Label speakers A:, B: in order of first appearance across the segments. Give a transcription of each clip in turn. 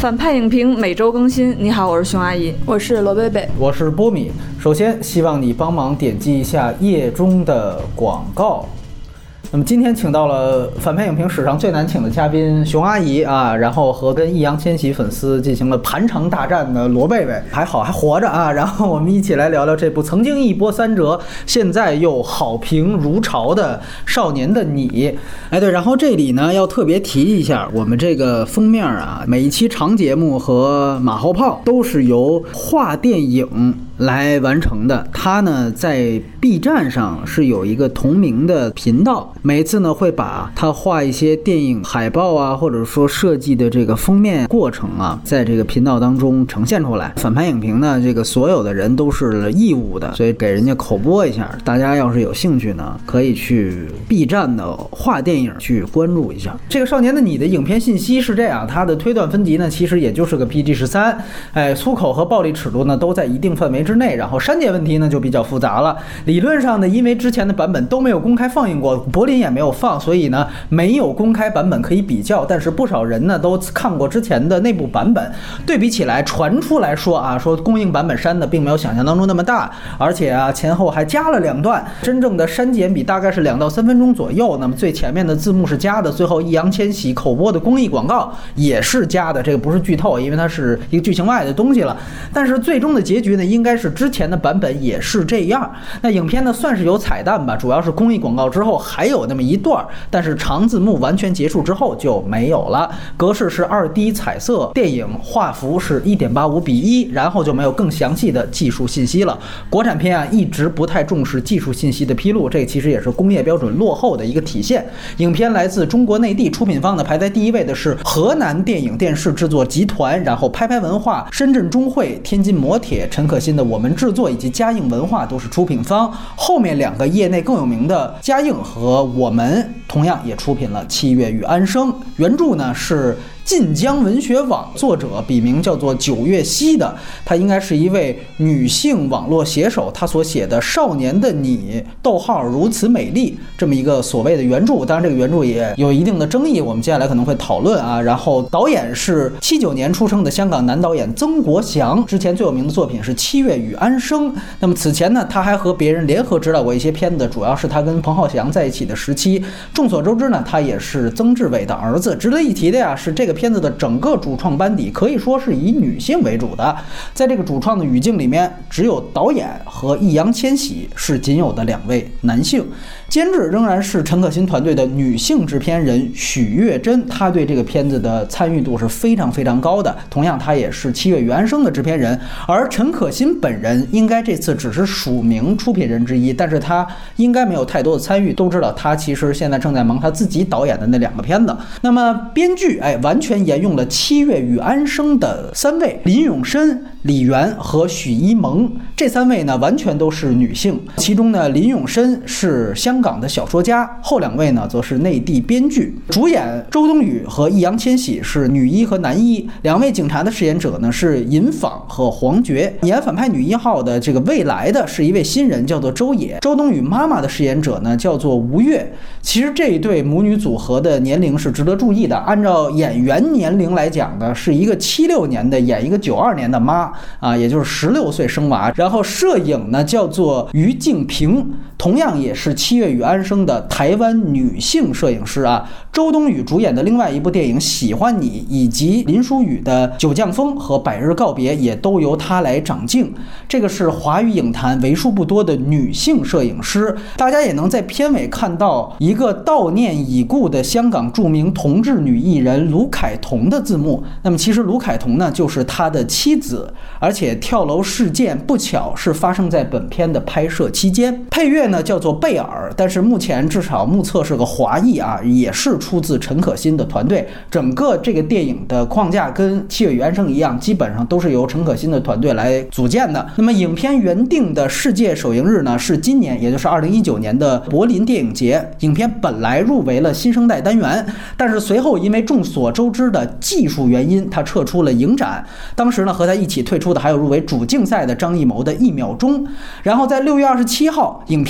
A: 反派影评每周更新。你好，我是熊阿姨，
B: 我是罗贝贝，
C: 我是波米。首先，希望你帮忙点击一下页中的广告。那么今天请到了反派影评史上最难请的嘉宾熊阿姨啊，然后和跟易烊千玺粉丝进行了盘肠大战的罗贝贝，还好还活着啊。然后我们一起来聊聊这部曾经一波三折，现在又好评如潮的《少年的你》。哎，对，然后这里呢要特别提一下，我们这个封面啊，每一期长节目和马后炮都是由画电影来完成的。它呢在 B 站上是有一个同名的频道，每次呢会把它画一些电影海报啊，或者说设计的这个封面过程啊，在这个频道当中呈现出来。反派影评呢，这个所有的人都是义务的，所以给人家口播一下。大家要是有兴趣呢，可以去 B 站的画电影去关注一下。这个《少年的你》的影片信息是这样，它的推断分级呢，其实也就是个 PG-13，粗口和暴力尺度呢都在一定范围之内，然后删减问题呢就比较复杂了。理论上呢，因为之前的版本都没有公开放映过，柏林也没有放，所以呢没有公开版本可以比较。但是不少人呢都看过之前的内部版本，对比起来，传出来说啊，说公映版本删的并没有想象当中那么大，而且啊前后还加了2段，真正的删减比大概是2到3分钟左右。那么最前面的字幕是加的，最后易烊千玺口播的公益广告也是加的，这个不是剧透，因为它是一个剧情外的东西了。但是最终的结局呢，应该是之前的版本也是这样。那影片呢算是有彩蛋吧，主要是公益广告之后还有那么一段，但是长字幕完全结束之后就没有了。格式是2D 彩色电影，画幅是1.85:1，然后就没有更详细的技术信息了。国产片啊一直不太重视技术信息的披露，这其实也是工业标准落后的一个体现。影片来自中国内地，出品方呢排在第一位的是河南电影电视制作集团，然后拍拍文化、深圳中汇、天津磨铁、陈可辛的我们制作以及嘉映文化都是出品方。后面2个业内更有名的嘉映和我们同样也出品了《七月与安生》，原著呢是晋江文学网作者，笔名叫做9月溪的，她应该是一位女性网络写手，她所写的《少年的你》如此美丽这么一个所谓的原著，当然这个原著也有一定的争议，我们接下来可能会讨论啊。然后导演是79年出生的香港男导演曾国祥，之前最有名的作品是《七月与安生》。那么此前呢，他还和别人联合执导过一些片子，主要是他跟彭浩翔在一起的时期。众所周知呢，他也是曾志伟的儿子。值得一提的呀，是这个片子的整个主创班底可以说是以女性为主的，在这个主创的语境里面，只有导演和易烊千玺是仅有的2位男性。监制仍然是陈可辛团队的女性制片人许月珍，她对这个片子的参与度是非常非常高的。同样，她也是《七月与安生》的制片人，而陈可辛本人应该这次只是署名出品人之一，但是他应该没有太多的参与。都知道他其实现在正在忙他自己导演的那2个片子。那么编剧完全沿用了《七月与安生》的3位，林永深、李媛和许一萌，这3位呢完全都是女性。其中呢，林永深是香港的小说家，后2位呢则是内地编剧。主演周冬雨和易烊千玺是女一和男一，2位警察的饰演者呢是尹昉和黄觉。演反派女1号的这个未来的是一位新人，叫做周也。周冬雨妈妈的饰演者呢叫做吴越。其实这一对母女组合的年龄是值得注意的，按照演员年龄来讲呢，是一个76年的演一个92年的妈啊，也就是16岁生娃。然后摄影呢叫做于静平，同样也是《七月与安生》的台湾女性摄影师啊。周冬雨主演的另外一部电影《喜欢你》，以及林书宇的《九降风》和《百日告别》也都由她来掌镜。这个是华语影坛为数不多的女性摄影师。大家也能在片尾看到一个悼念已故的香港著名同志女艺人卢凯彤的字幕。那么其实卢凯彤呢就是她的妻子，而且跳楼事件不巧是发生在本片的拍摄期间。配乐呢叫做贝尔，但是目前至少目测是个华裔啊，也是出自陈可辛的团队。整个这个电影的框架跟《七月与安生》一样，基本上都是由陈可辛的团队来组建的。那么影片原定的世界首映日呢是今年，也就是2019年的柏林电影节。影片本来入围了新生代单元，但是随后因为众所周知的技术原因，他撤出了影展。当时呢和他一起退出的还有入围主竞赛的张艺谋的《1秒钟》。然后在6月27号，影片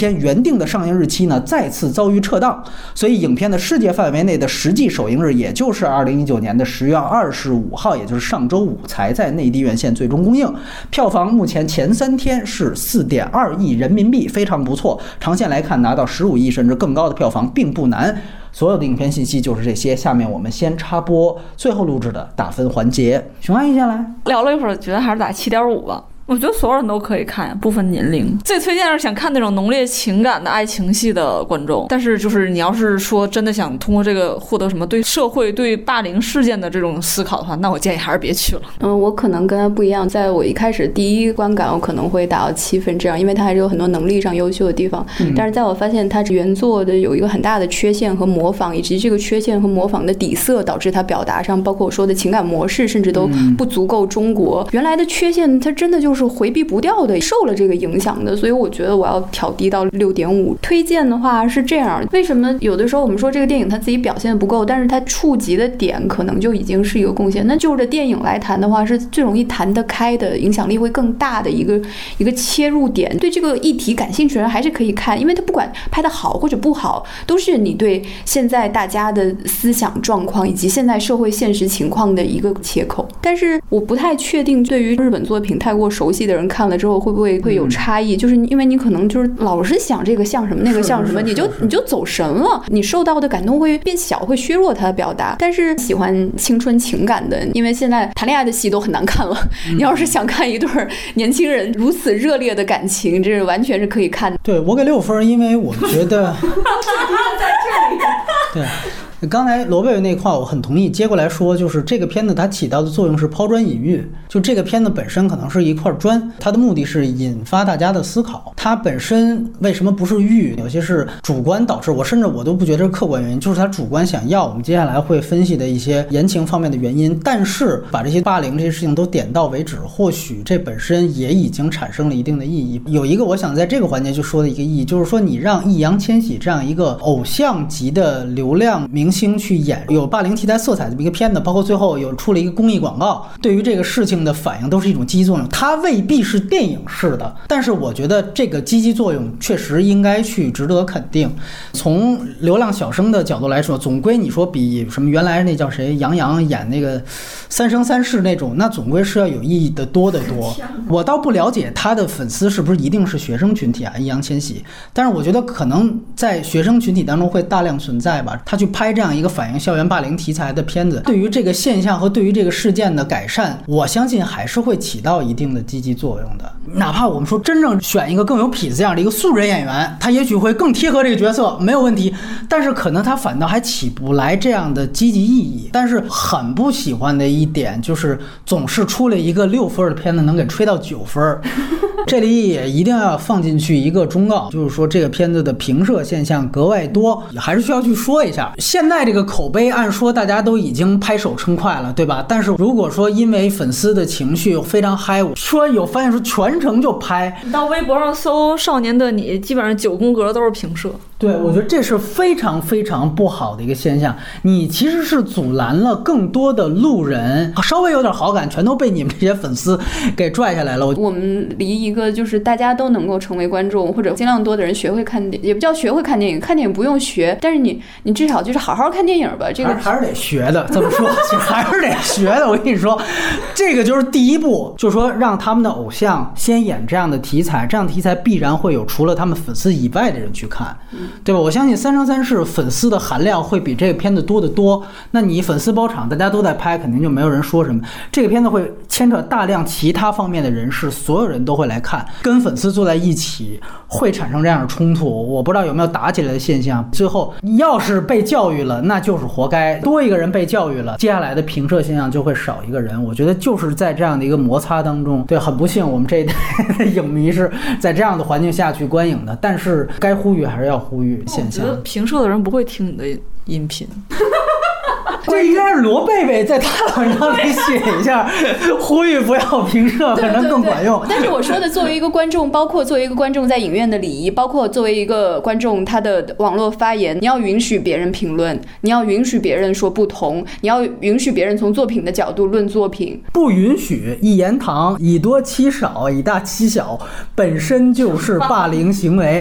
C: 片原定的上映日期呢再次遭遇撤档，所以影片的世界范围内的实际首映日也就是2019年的10月25号，也就是上周五才在内地院线最终公映。票房目前前3天是4.2亿人民币，非常不错。长线来看，拿到15亿甚至更高的票房并不难。所有的影片信息就是这些，下面我们先插播最后录制的打分环节。熊阿姨先来。
A: 聊了一会儿，觉得还是打7.5吧。我觉得所有人都可以看，不分年龄。最推荐是想看那种浓烈情感的爱情戏的观众，但是就是你要是说真的想通过这个获得什么对社会对霸凌事件的这种思考的话，那我建议还是别去了。
B: 我可能跟他不一样，在我一开始第一观感我可能会打到7分这样，因为他还是有很多能力上优秀的地方，但是在我发现他原作的有一个很大的缺陷和模仿，以及这个缺陷和模仿的底色导致他表达上，包括我说的情感模式甚至都不足够中国。原来的缺陷他真的就是回避不掉的，受了这个影响的，所以我觉得我要调低到6.5。推荐的话是这样，为什么有的时候我们说这个电影它自己表现的不够，但是它触及的点可能就已经是一个贡献。那就着电影来谈的话，是最容易谈得开的，影响力会更大的一个切入点。对这个议题感兴趣的人还是可以看，因为它不管拍得好或者不好，都是你对现在大家的思想状况以及现在社会现实情况的一个切口。但是我不太确定对于日本作品太过熟悉的人看了之后会不会有差异，就是因为你可能就是老是想这个像什么那个像什么，你就走神了，你受到的感动会变小，会削弱它的表达。但是喜欢青春情感的，因为现在谈恋爱的戏都很难看了，你要是想看一对年轻人如此热烈的感情，这完全是可以看的。
C: 对，我给6分，因为我觉得
A: 在这里
C: 对。刚才罗贝贝那块我很同意，接过来说就是这个片子它起到的作用是抛砖引玉，就这个片子本身可能是一块砖，它的目的是引发大家的思考，它本身为什么不是玉，有些是主观导致，甚至我都不觉得是客观原因，就是他主观想要，我们接下来会分析的一些言情方面的原因。但是把这些霸凌这些事情都点到为止，或许这本身也已经产生了一定的意义。有一个我想在这个环节就说的一个意义，就是说你让易烊千玺这样一个偶像级的流量明星去演有霸凌题材色彩的一个片子，包括最后有出了一个公益广告，对于这个事情的反应都是一种积极作用。它未必是电影式的，但是我觉得这个积极作用确实应该去值得肯定。从流量小生的角度来说，总归你说比什么原来那叫谁杨洋演那个三生三世那种，那总归是要有意义的多得多。我倒不了解他的粉丝是不是一定是学生群体啊，易烊千玺，但是我觉得可能在学生群体当中会大量存在吧。他去拍这样一个反映校园霸凌题材的片子，对于这个现象和对于这个事件的改善，我相信还是会起到一定的积极作用的。哪怕我们说真正选一个更有痞子这样的一个素人演员，他也许会更贴合这个角色，没有问题，但是可能他反倒还起不来这样的积极意义。但是很不喜欢的一点就是总是出了一个6分的片子能给吹到9分，这里也一定要放进去一个忠告，就是说这个片子的评射现象格外多，还是需要去说一下。现在这个口碑按说大家都已经拍手称快了，对吧？但是如果说因为粉丝的情绪非常嗨，说有发现说全程就拍，
A: 你到微博上搜少年的你，基本上9宫格都是评射。
C: 对，我觉得这是非常非常不好的一个现象，你其实是阻拦了更多的路人稍微有点好感全都被你们这些粉丝给拽下来了。
B: 我们离一个就是大家都能够成为观众，或者尽量多的人学会看电影，也不叫学会看电影，看电影不用学，但是你至少就是好好看电影吧。这个
C: 还是得学的，这么说还是得学的。我跟你说，这个就是第一步，就是说让他们的偶像先演这样的题材，这样的题材必然会有除了他们粉丝以外的人去看，对吧？我相信《三生三世》粉丝的含量会比这个片子多得多。那你粉丝包场，大家都在拍，肯定就没有人说什么。这个片子会牵扯大量其他方面的人士，所有人都会来看，跟粉丝坐在一起会产生这样的冲突。我不知道有没有打起来的现象，最后要是被教育了，那就是活该。多一个人被教育了，接下来的评射现象就会少一个人。我觉得就是在这样的一个摩擦当中，对，很不幸我们这一代的影迷是在这样的环境下去观影的，但是该呼吁还是要呼吁现象。
A: 我觉得评射的人不会听你的音频。
C: 这应该是罗贝贝在他文章里写一下，呼吁不要评射，可能更管用。
B: 但是我说的，作为一个观众，包括作为一个观众在影院的礼仪，包括作为一个观众他的网络发言，你要允许别人评论，你要允许别人说不同，你要允许别人从作品的角度论作品。
C: 不允许一言堂，以多欺少，以大欺小，本身就是霸凌行为。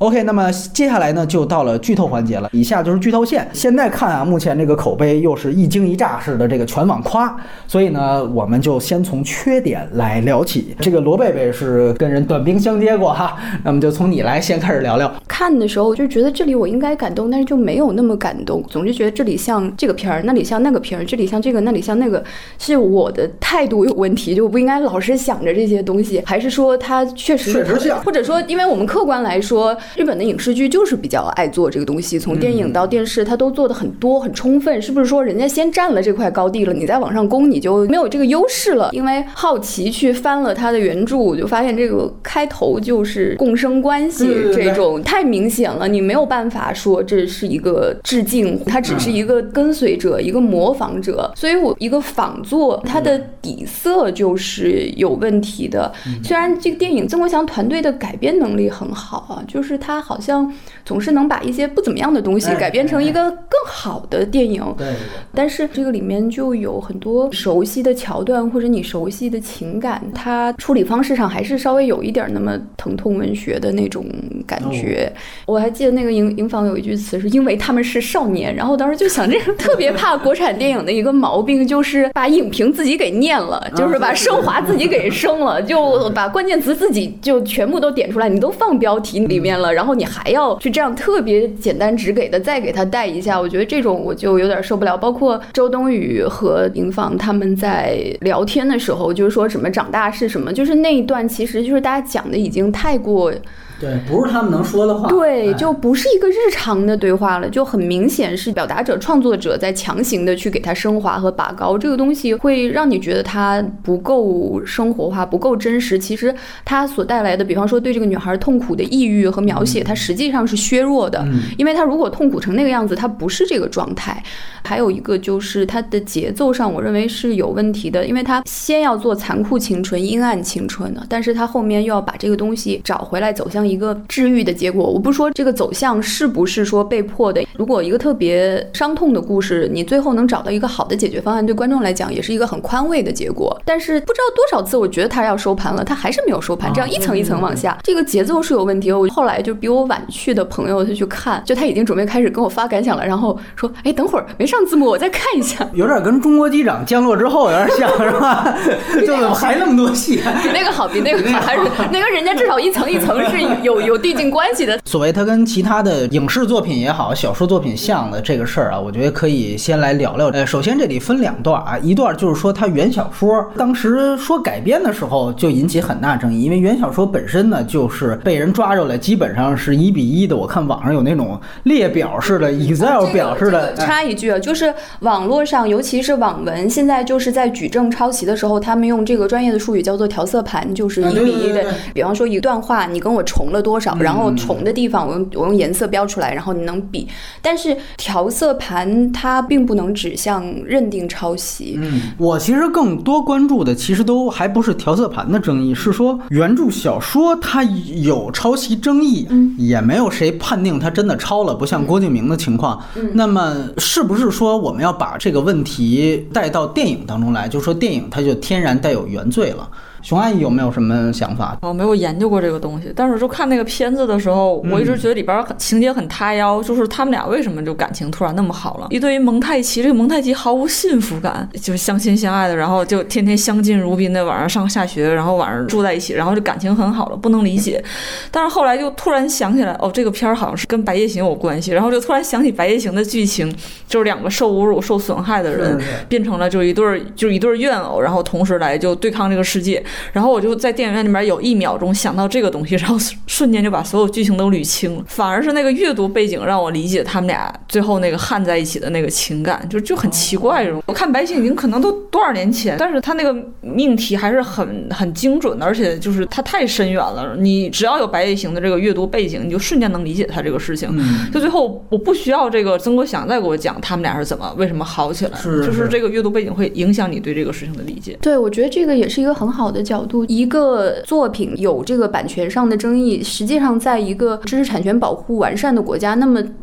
C: OK， 那么接下来呢就到了剧透环节了，以下就是剧透线。现在看啊，目前这个口碑又是一惊一乍式的这个全网夸，所以呢，我们就先从缺点来聊起。这个罗贝贝是跟人短兵相接过哈，那么就从你来先开始聊聊。
B: 看的时候就觉得这里我应该感动，但是就没有那么感动，总是觉得这里像这个片儿，那里像那个片儿，这里像这个，那里像那个，是我的态度有问题，就不应该老是想着这些东西，还是说它确实像，或者说因为我们客观来说，日本的影视剧就是比较爱做这个东西，从电影到电视它都做的很多很充分，是不是说人家先占了这块高地了，你再往上攻你就没有这个优势了？因为好奇去翻了他的原著，我就发现这个开头就是共生关系，这种太明显了，你没有办法说这是一个致敬，它只是一个跟随者，一个模仿者，所以我一个仿作它的底色就是有问题的。虽然这个电影曾国祥团队的改编能力很好啊，就是他好像总是能把一些不怎么样的东西改编成一个更好的电影，但是这个里面就有很多熟悉的桥段或者你熟悉的情感，它处理方式上还是稍微有一点那么疼痛文学的那种感觉。我还记得那个营房有一句词是因为他们是少年，然后当时就想这个特别怕国产电影的一个毛病就是把影评自己给念了，就是把升华自己给升了，就把关键词自己就全部都点出来，你都放标题里面了，然后你还要去这样特别简单直给的再给他带一下，我觉得这种我就有点受不了。包括周冬雨和营房他们在聊天的时候就是说什么长大是什么，就是那一段其实就是大家讲的已经太过
C: 对，不是他们能说的话，
B: 对，就不是一个日常的对话了，就很明显是表达者创作者在强行的去给它升华和拔高，这个东西会让你觉得它不够生活化，不够真实。其实它所带来的比方说对这个女孩痛苦的抑郁和描写，它实际上是削弱的，因为它如果痛苦成那个样子，它不是这个状态。还有一个就是它的节奏上我认为是有问题的，因为它先要做残酷青春阴暗青春的，但是它后面又要把这个东西找回来走向一个治愈的结果。我不说这个走向是不是说被迫的，如果一个特别伤痛的故事你最后能找到一个好的解决方案，对观众来讲也是一个很宽慰的结果。但是不知道多少次我觉得他要收盘了，他还是没有收盘，这样一层一层往下，这个节奏是有问题。我后来就比我晚去的朋友他去看，就他已经准备开始跟我发感想了，然后说哎等会儿没上字幕我再看一下，
C: 有点跟中国机长降落之后有点像是吧？就怎么还那么多戏？
B: 比那个好，比那个好，还是那个人家至少一层一层是有递进关系的。
C: 所谓它跟其他的影视作品也好小说作品像的这个事儿啊，我觉得可以先来聊聊。首先这里分两段啊，一段就是说它原小说当时说改编的时候就引起很大争议，因为原小说本身呢就是被人抓着了，基本上是1:1的，我看网上有那种列表式的 Excel 表式的。
B: 插一句啊，就是网络上尤其是网文现在就是在举证抄袭的时候，他们用这个专业的术语叫做调色盘，就是1:1的。比方说一段话你跟我重了多少，然后重的地方我用颜色标出来，然后你能比。但是调色盘它并不能指向认定抄袭。
C: 我其实更多关注的其实都还不是调色盘的争议，是说原著小说它有抄袭争议，也没有谁判定它真的抄了，不像郭敬明的情况。那么是不是说我们要把这个问题带到电影当中来，就说电影它就天然带有原罪了？熊阿姨有没有什么想法？
A: 我没有研究过这个东西，但是就看那个片子的时候，我一直觉得里边情节很塌腰，就是他们俩为什么就感情突然那么好了？一对于蒙太奇，这个蒙太奇毫无幸福感，就是相亲相爱的，然后就天天相敬如宾的，晚上上下学，然后晚上住在一起，然后就感情很好了，不能理解。但是后来就突然想起来，哦，这个片儿好像是跟白夜行有关系，然后就突然想起白夜行的剧情，就是两个受侮辱、受损害的人变成了就是一对怨偶，然后同时来就对抗这个世界。然后我就在电影院里面有1秒钟想到这个东西，然后瞬间就把所有剧情都捋清了。反而是那个阅读背景让我理解他们俩最后那个焊在一起的那个情感，就很奇怪这种。我看白星已经可能都多少年前，但是他那个命题还是很精准的，而且就是他太深远了。你只要有白夜行的这个阅读背景，你就瞬间能理解他这个事情。就最后我不需要这个曾国祥再给我讲他们俩是为什么好起来，就是这个阅读背景会影响你对这个事情的理解。
B: 对，我觉得这个也是一个很好的角度。一个作品有这个版权上的争议，实际上在一个知识产权保护完善的国家，那么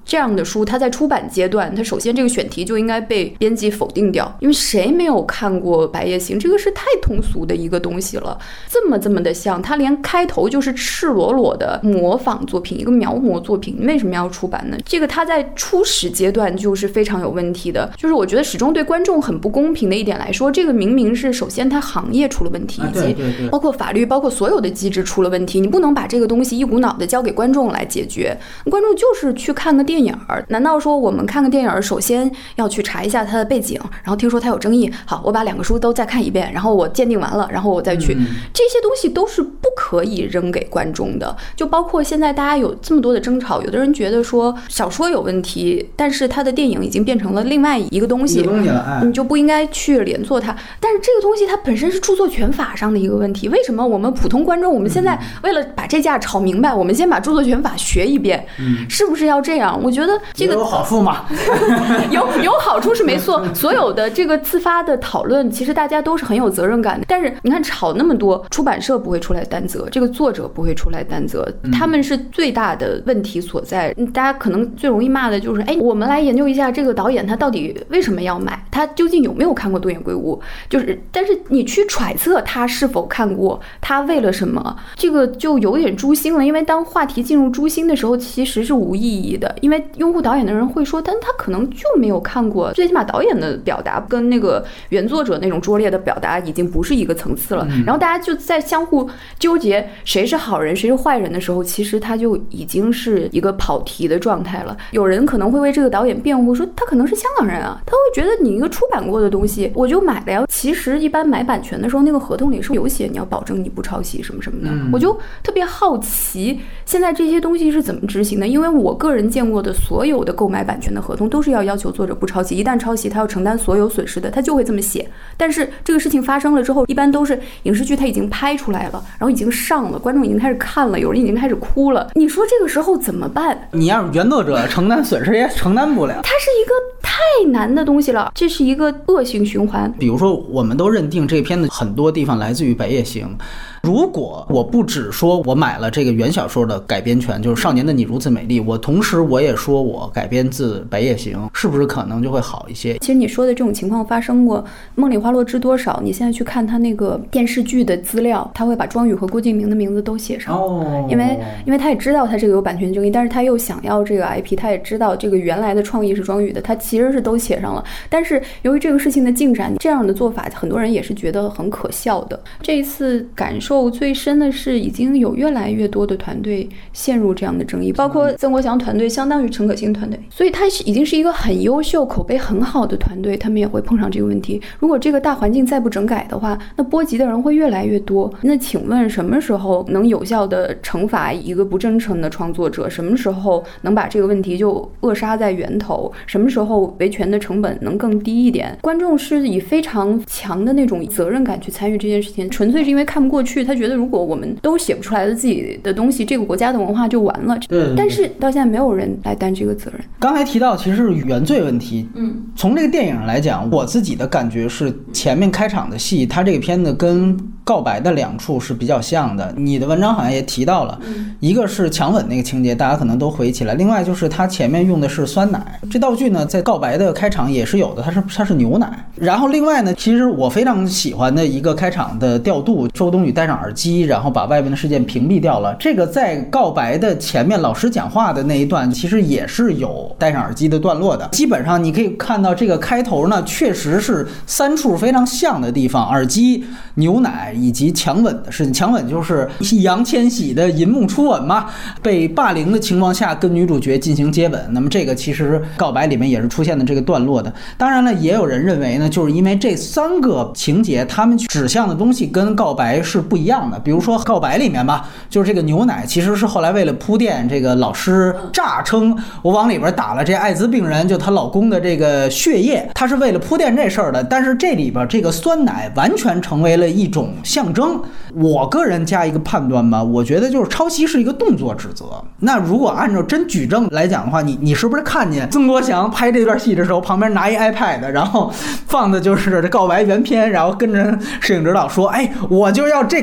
B: 这样的书，它在出版阶段，它首先这个选题就应该被编辑否定掉，因为谁没有看过《白夜行》？这个是太通俗的一个东西了，这么的像，它连开头就是赤裸裸的模仿作品，一个描摹作品，为什么要出版呢？这个它在初始阶段就是非常有问题的，就是我觉得始终对观众很不公平的一点来说，这个明明是首先它行业出了问题，以及包括法律，包括所有的机制出了问题，你不能把这个东西一股脑的交给观众来解决。观众就是去看个电影，难道说我们看个电影首先要去查一下它的背景，然后听说它有争议，好，我把2个书都再看一遍，然后我鉴定完了，然后我再去，这些东西都是不可以扔给观众的。就包括现在大家有这么多的争吵，有的人觉得说小说有问题，但是它的电影已经变成了另外一个东西了，你就不应该去连坐它。但是这个东西它本身是著作权法上的一个问题，为什么我们普通观众，我们现在为了把这架吵明白，我们先把著作权法学一遍，是不是要这样？我觉得这个
C: 有好处嘛，
B: 有好处是没错。所有的这个自发的讨论，其实大家都是很有责任感的。但是你看吵那么多，出版社不会出来担责，这个作者不会出来担责，他们是最大的问题所在。大家可能最容易骂的就是，哎，我们来研究一下这个导演他到底为什么要买，他究竟有没有看过《东野圭吾》？就是，但是你去揣测他是否看过，他为了什么，这个就有点诛心了。因为当话题进入诛心的时候，其实是无意义的。因为拥护导演的人会说，但他可能就没有看过，最起码导演的表达跟那个原作者那种拙劣的表达已经不是一个层次了。然后大家就在相互纠结谁是好人谁是坏人的时候，其实他就已经是一个跑题的状态了。有人可能会为这个导演辩护，说他可能是香港人啊，他会觉得你一个出版过的东西我就买了呀。其实一般买版权的时候，那个合同里是有写你要保证你不抄袭什么什么的。我就特别好奇现在这些东西是怎么执行的，因为我个人见过的所有的购买版权的合同都是要求作者不抄袭，一旦抄袭他要承担所有损失的，他就会这么写。但是这个事情发生了之后，一般都是影视剧它已经拍出来了，然后已经上了，观众已经开始看了，有人已经开始哭了，你说这个时候怎么办？
C: 你要是原作者承担损失也承担不了，
B: 它是一个太难的东西了，这是一个恶性循环。
C: 比如说我们都认定这片子很多地方来自于《白夜行》，如果我不只说我买了这个原小说的改编权，就是《少年的你如此美丽》，我同时我也说我改编自《白夜行》，是不是可能就会好一些？
B: 其实你说的这种情况发生过，《梦里花落知多少》，你现在去看他那个电视剧的资料，他会把庄宇和郭敬明的名字都写上，因为他也知道他这个有版权争议，但是他又想要这个 IP， 他也知道这个原来的创意是庄宇的，他其实是都写上了。但是由于这个事情的进展，这样的做法很多人也是觉得很可笑的。这一次感受最深的是，已经有越来越多的团队陷入这样的争议，包括曾国祥团队相当于陈可辛团队，所以他已经是一个很优秀口碑很好的团队，他们也会碰上这个问题。如果这个大环境再不整改的话，那波及的人会越来越多。那请问什么时候能有效的惩罚一个不真诚的创作者？什么时候能把这个问题就扼杀在源头？什么时候维权的成本能更低一点？观众是以非常强的那种责任感去参与这件事情，纯粹是因为看不过去，他觉得如果我们都写不出来的自己的东西，这个国家的文化就完了。
C: 对，
B: 但是到现在没有人来担这个责任。
C: 刚才提到其实是原罪问题，从这个电影来讲，我自己的感觉是前面开场的戏，它这个片子跟告白的两处是比较像的。你的文章好像也提到了，一个是强吻那个情节，大家可能都回忆起来，另外就是它前面用的是酸奶，这道具呢在告白的开场也是有的，它是牛奶。然后另外呢，其实我非常喜欢的一个开场的调度，周冬雨戴上耳机，然后把外面的事件屏蔽掉了。这个在告白的前面老师讲话的那一段其实也是有戴上耳机的段落的。基本上你可以看到这个开头呢确实是三处非常像的地方，耳机、牛奶以及强吻的事情。强吻就是易烊千玺的银幕初吻嘛，被霸凌的情况下跟女主角进行接吻，那么这个其实告白里面也是出现的这个段落的。当然了，也有人认为呢，就是因为这三个情节他们指向的东西跟告白是不一样的。比如说告白里面吧，就是这个牛奶其实是后来为了铺垫这个老师诈称我往里边打了这艾滋病人就她老公的这个血液，他是为了铺垫这事儿的。但是这里边这个酸奶完全成为了一种象征。我个人加一个判断吧，我觉得就是抄袭是一个动作指责。那如果按照真举证来讲的话，你是不是看见曾国祥拍这段戏的时候旁边拿一 iPad， 然后放的就是这告白原片，然后跟着摄影指导说，哎，我就要这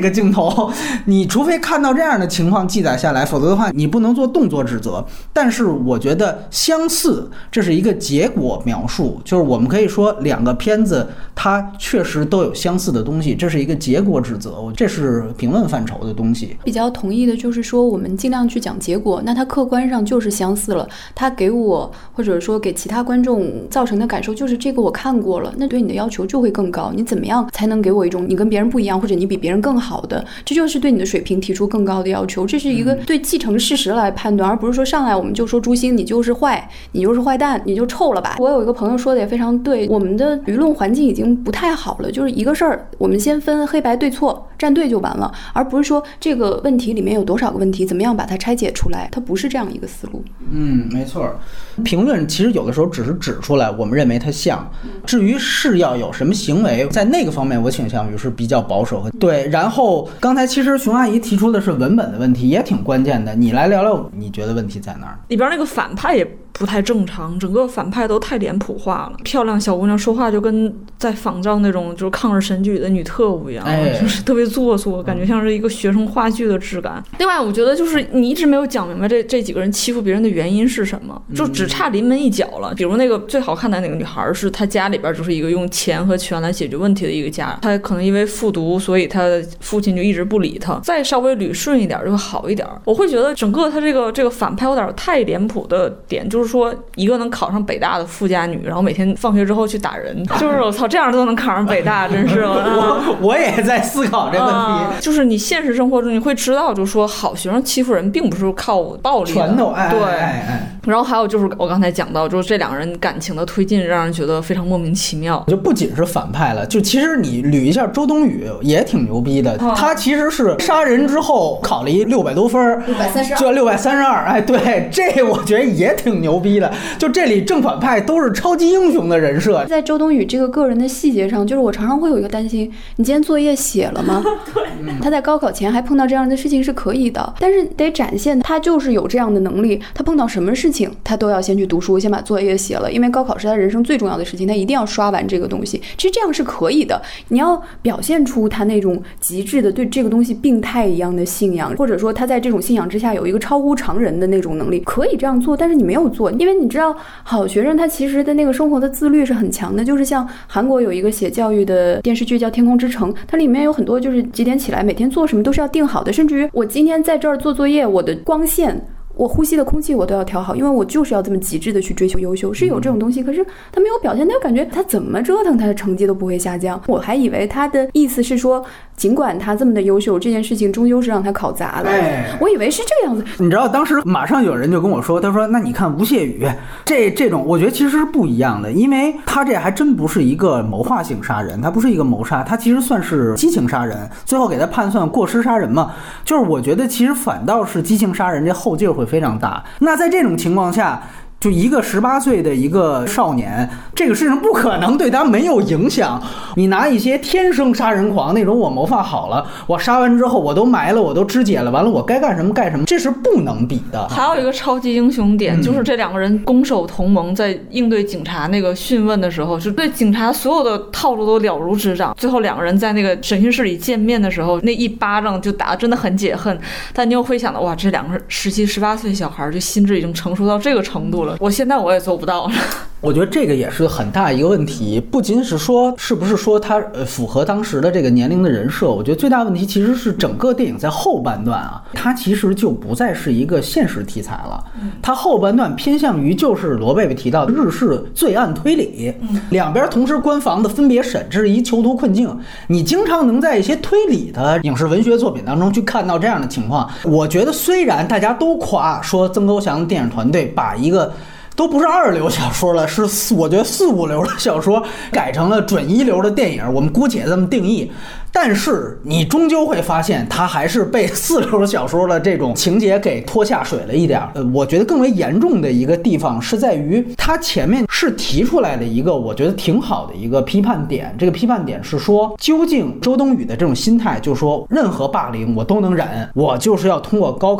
C: 个镜头，你除非看到这样的情况记载下来，否则的话你不能做动作指责。但是我觉得相似这是一个结果描述，就是我们可以说两个片子它确实都有相似的东西，这是一个结果指责，这是评论范畴的东西。
B: 比较同意的就是说我们尽量去讲结果，那它客观上就是相似了，它给我或者说给其他观众造成的感受就是这个我看过了，那对你的要求就会更高，你怎么样才能给我一种你跟别人不一样或者你比别人更好的，这就是对你的水平提出更高的要求，这是一个对继承事实来判断，而不是说上来我们就说朱星你就是坏，你就是坏蛋，你就臭了吧。我有一个朋友说的也非常对，我们的舆论环境已经不太好了，就是一个事儿我们先分黑白对错站队就完了，而不是说这个问题里面有多少个问题怎么样把它拆解出来，它不是这样一个思路。
C: 没错，评论其实有的时候只是指出来我们认为它像，至于是要有什么行为，在那个方面我倾向于是比较保守。对，然后刚才其实熊阿姨提出的是文本的问题，也挺关键的，你来聊聊你觉得问题在哪儿？
A: 里边那个反派也不太正常，整个反派都太脸谱化了，漂亮小姑娘说话就跟在仿照那种就是抗日神剧的女特务一样，就是特别做作，感觉像是一个学生话剧的质感。另外我觉得就是你一直没有讲明白这几个人欺负别人的原因是什么，就只差临门一脚了。比如那个最好看的那个女孩是她家里边就是一个用钱和权来解决问题的一个家，她可能因为复读所以她的父亲就一直不理她，再稍微捋顺一点就会好一点。我会觉得整个她这个反派有点太脸谱的点，就是说一个能考上北大的富家女，然后每天放学之后去打人，就是我操，这样都能考上北大，真是
C: 我也在思考这个问题，
A: 就是你现实生活中你会知道，就是说好学生欺负人并不是靠暴力的，
C: 拳头，
A: 对，然后还有就是我刚才讲到，就是这两个人感情的推进让人觉得非常莫名其妙。就
C: 不仅是反派了，就其实你捋一下周冬雨也挺牛逼的，他其实是杀人之后考了一600多分，632，就632，对，这我觉得也挺牛逼的。就这里正反派都是超级英雄的人设。
B: 在周冬雨这个个人的细节上，就是我常常会有一个担心，你今天作业写了吗？对，他在高考前还碰到这样的事情是可以的，但是得展现他就是有这样的能力，他碰到什么事情他都要先去读书，先把作业写了，因为高考是他人生最重要的事情，他一定要刷完这个东西。其实这样是可以的，你要表现出他那种极致的对这个东西病态一样的信仰，或者说他在这种信仰之下有一个超乎常人的那种能力，可以这样做，但是你没有做，因为你知道好学生他其实的那个生活的自律是很强的，就是像韩国有一个写教育的电视剧叫《天空之城》，它里面有很多就是几点起来每天做什么都是要定好的，甚至于我今天在这儿做作业，我的光线我呼吸的空气我都要调好，因为我就是要这么极致的去追求优秀，是有这种东西，可是他没有表现，他就感觉他怎么折腾他的成绩都不会下降。我还以为他的意思是说尽管他这么的优秀，这件事情终究是让他考砸了，我以为是这个样子。
C: 你知道当时马上有人就跟我说，他说那你看吴谢宇这种我觉得其实是不一样的，因为他这还真不是一个谋划性杀人，他不是一个谋杀，他其实算是激情杀人，最后给他判算过失杀人嘛，就是我觉得其实反倒是激情杀人这后劲会非常大。那在这种情况下，就一个18岁的一个少年，这个事情不可能对他没有影响。你拿一些天生杀人狂那种，我谋划好了，我杀完之后我都埋了，我都肢解了，完了我该干什么干什么，这是不能比的。
A: 还有一个超级英雄点，就是这两个人攻守同盟，在应对警察那个讯问的时候，就对警察所有的套路都了如指掌。最后两个人在那个审讯室里见面的时候，那一巴掌就打得真的很解恨。但你又会想到，哇，这两个17、18岁小孩，这心智已经成熟到这个程度了。我现在我也做不到了。
C: 我觉得这个也是很大一个问题，不仅是说是不是说他符合当时的这个年龄的人设，我觉得最大问题其实是整个电影在后半段啊，它其实就不再是一个现实题材了，它后半段偏向于就是罗贝贝提到的日式罪案推理，两边同时关防的分别审，这是一囚徒困境。你经常能在一些推理的影视文学作品当中去看到这样的情况。我觉得虽然大家都夸说曾国祥电影团队把一个都不是2流小说了，是我觉得4、5流的小说改成了准1流的电影，我们姑且这么定义。但是你终究会发现，它还是被4流小说的这种情节给拖下水了一点。我觉得更为严重的一个地方是在于，它前面是提出来的一个我觉得挺好的一个批判点。这个批判点是说，究竟周冬雨的这种心态，就是说任何霸凌我都能忍，我就是要通过高考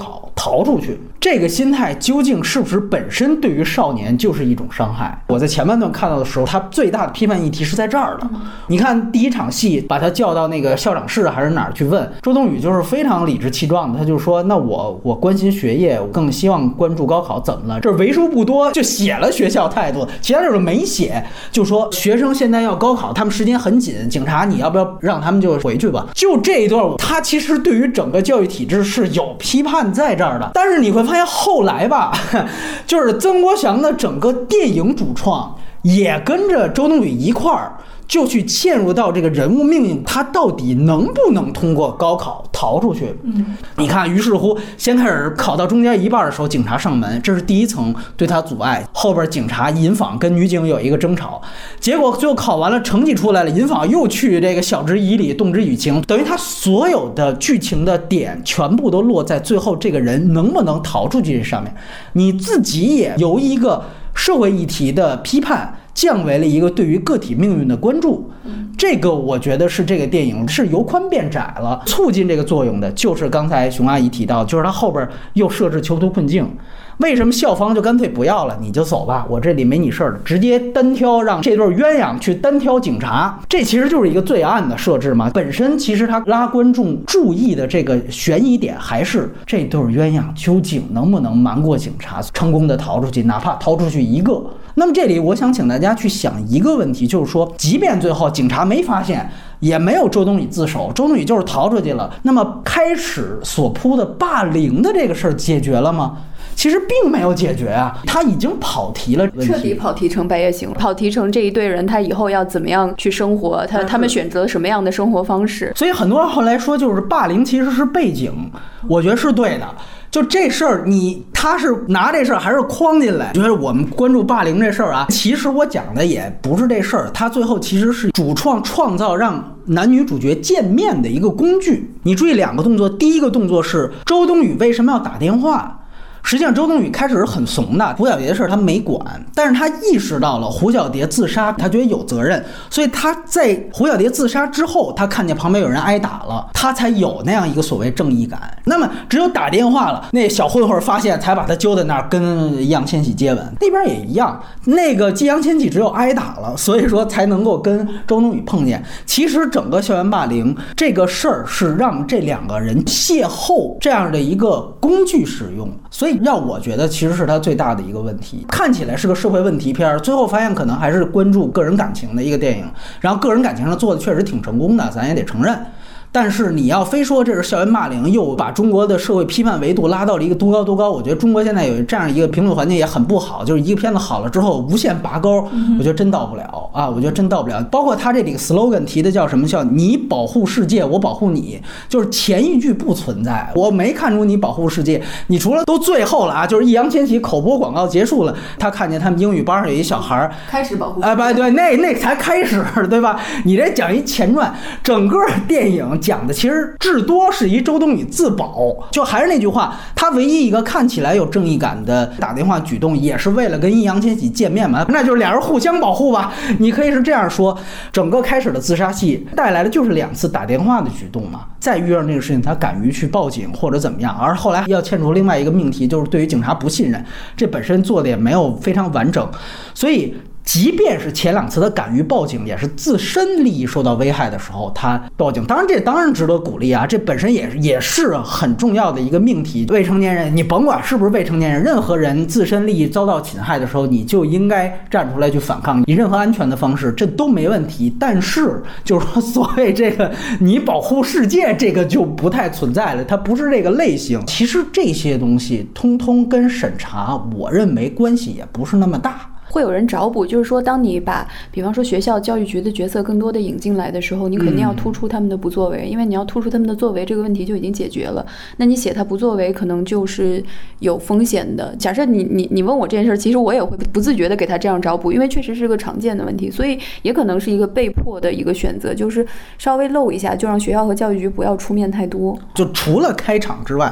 C: 逃出去。这个心态究竟是不是本身对于少年就是一种伤害？我在前半段看到的时候，他最大的批判议题是在这儿的。你看第一场戏，把他叫到那个校长室还是哪儿去问，周冬雨就是非常理直气壮的，他就说：“那我关心学业，我更希望关注高考，怎么了？”这为数不多就写了学校态度，其他地儿没写，就说学生现在要高考，他们时间很紧，警察你要不要让他们就回去吧？就这一段，他其实对于整个教育体制是有批判在这儿的。但是你会发现后来吧，就是曾国祥的整个电影主创也跟着周冬雨一块儿。就去嵌入到这个人物命运，他到底能不能通过高考逃出去？你看，于是乎，先开始考到中间一半的时候，警察上门，这是第一层对他阻碍。后边警察引访跟女警有一个争吵，结果最后考完了，成绩出来了，引访又去这个晓之以理，动之以情，等于他所有的剧情的点全部都落在最后这个人能不能逃出去这上面。你自己也由一个社会议题的批判降为了一个对于个体命运的关注，这个我觉得是这个电影是由宽变窄了，促进这个作用的就是刚才熊阿姨提到，就是他后边又设置囚徒困境。为什么校方就干脆不要了，你就走吧，我这里没你事儿了，直接单挑，让这对鸳鸯去单挑警察，这其实就是一个罪案的设置嘛。本身其实他拉观众注意的这个悬疑点还是这对鸳鸯究竟能不能瞒过警察，成功的逃出去，哪怕逃出去一个。那么这里我想请大家去想一个问题，就是说即便最后警察没发现，也没有周冬雨自首，周冬雨就是逃出去了，那么开始所铺的霸凌的这个事儿解决了吗？其实并没有解决啊，他已经跑题了，
B: 彻底跑题成白夜行了，跑题成这一队人他以后要怎么样去生活，他们选择什么样的生活方式。
C: 所以很多人后来说，就是霸凌其实是背景，我觉得是对的。就这事儿，他是拿这事儿还是框进来？就是我们关注霸凌这事儿啊，其实我讲的也不是这事儿，他最后其实是主创造让男女主角见面的一个工具。你注意两个动作，第一个动作是周冬雨为什么要打电话？实际上周冬雨开始是很怂的，胡小蝶的事他没管，但是他意识到了胡小蝶自杀，他觉得有责任，所以他在胡小蝶自杀之后，他看见旁边有人挨打了，他才有那样一个所谓正义感。那么只有打电话了，那小混混发现才把他揪在那儿跟易烊千玺接吻，那边也一样，那个易烊千玺只有挨打了，所以说才能够跟周冬雨碰见。其实整个校园霸凌这个事儿是让这两个人邂逅这样的一个工具使用，所以让我觉得其实是他最大的一个问题。看起来是个社会问题片，最后发现可能还是关注个人感情的一个电影，然后个人感情上做的确实挺成功的，咱也得承认。但是你要非说这是校园霸凌，又把中国的社会批判维度拉到了一个多高多高，我觉得中国现在有这样一个评论环境也很不好，就是一个片子好了之后无限拔高，我觉得真到不了啊，我觉得真到不了。包括他这里个 slogan 提的叫什么，叫你保护世界，我保护你，就是前一句不存在，我没看出你保护世界，你除了都最后了啊，就是易烊千玺口播广告结束了，他看见他们英语班上有一小孩
B: 开始保护世界，
C: 对，那才开始，对吧？你这讲一前传，整个电影讲的其实至多是一周冬雨自保，就还是那句话，他唯一一个看起来有正义感的打电话举动，也是为了跟易烊千玺见面嘛，那就是俩人互相保护吧，你可以是这样说。整个开始的自杀戏带来的就是2次打电话的举动嘛，再遇上这个事情，他敢于去报警或者怎么样，而后来要牵出另外一个命题，就是对于警察不信任，这本身做的也没有非常完整，所以即便是前2次他敢于报警，也是自身利益受到危害的时候他报警，当然这当然值得鼓励啊，这本身也是很重要的一个命题。未成年人，你甭管是不是未成年人，任何人自身利益遭到侵害的时候，你就应该站出来去反抗，以任何安全的方式，这都没问题。但是就是说，所谓这个你保护世界，这个就不太存在了，它不是这个类型。其实这些东西通通跟审查，我认为关系也不是那么大。
B: 会有人找补，就是说当你把比方说学校教育局的角色更多的引进来的时候，你肯定要突出他们的不作为，因为你要突出他们的作为，这个问题就已经解决了。那你写他不作为可能就是有风险的。假设你问我这件事，其实我也会不自觉的给他这样找补，因为确实是个常见的问题，所以也可能是一个被迫的一个选择，就是稍微漏一下，就让学校和教育局不要出面太多。
C: 就除了开场之外，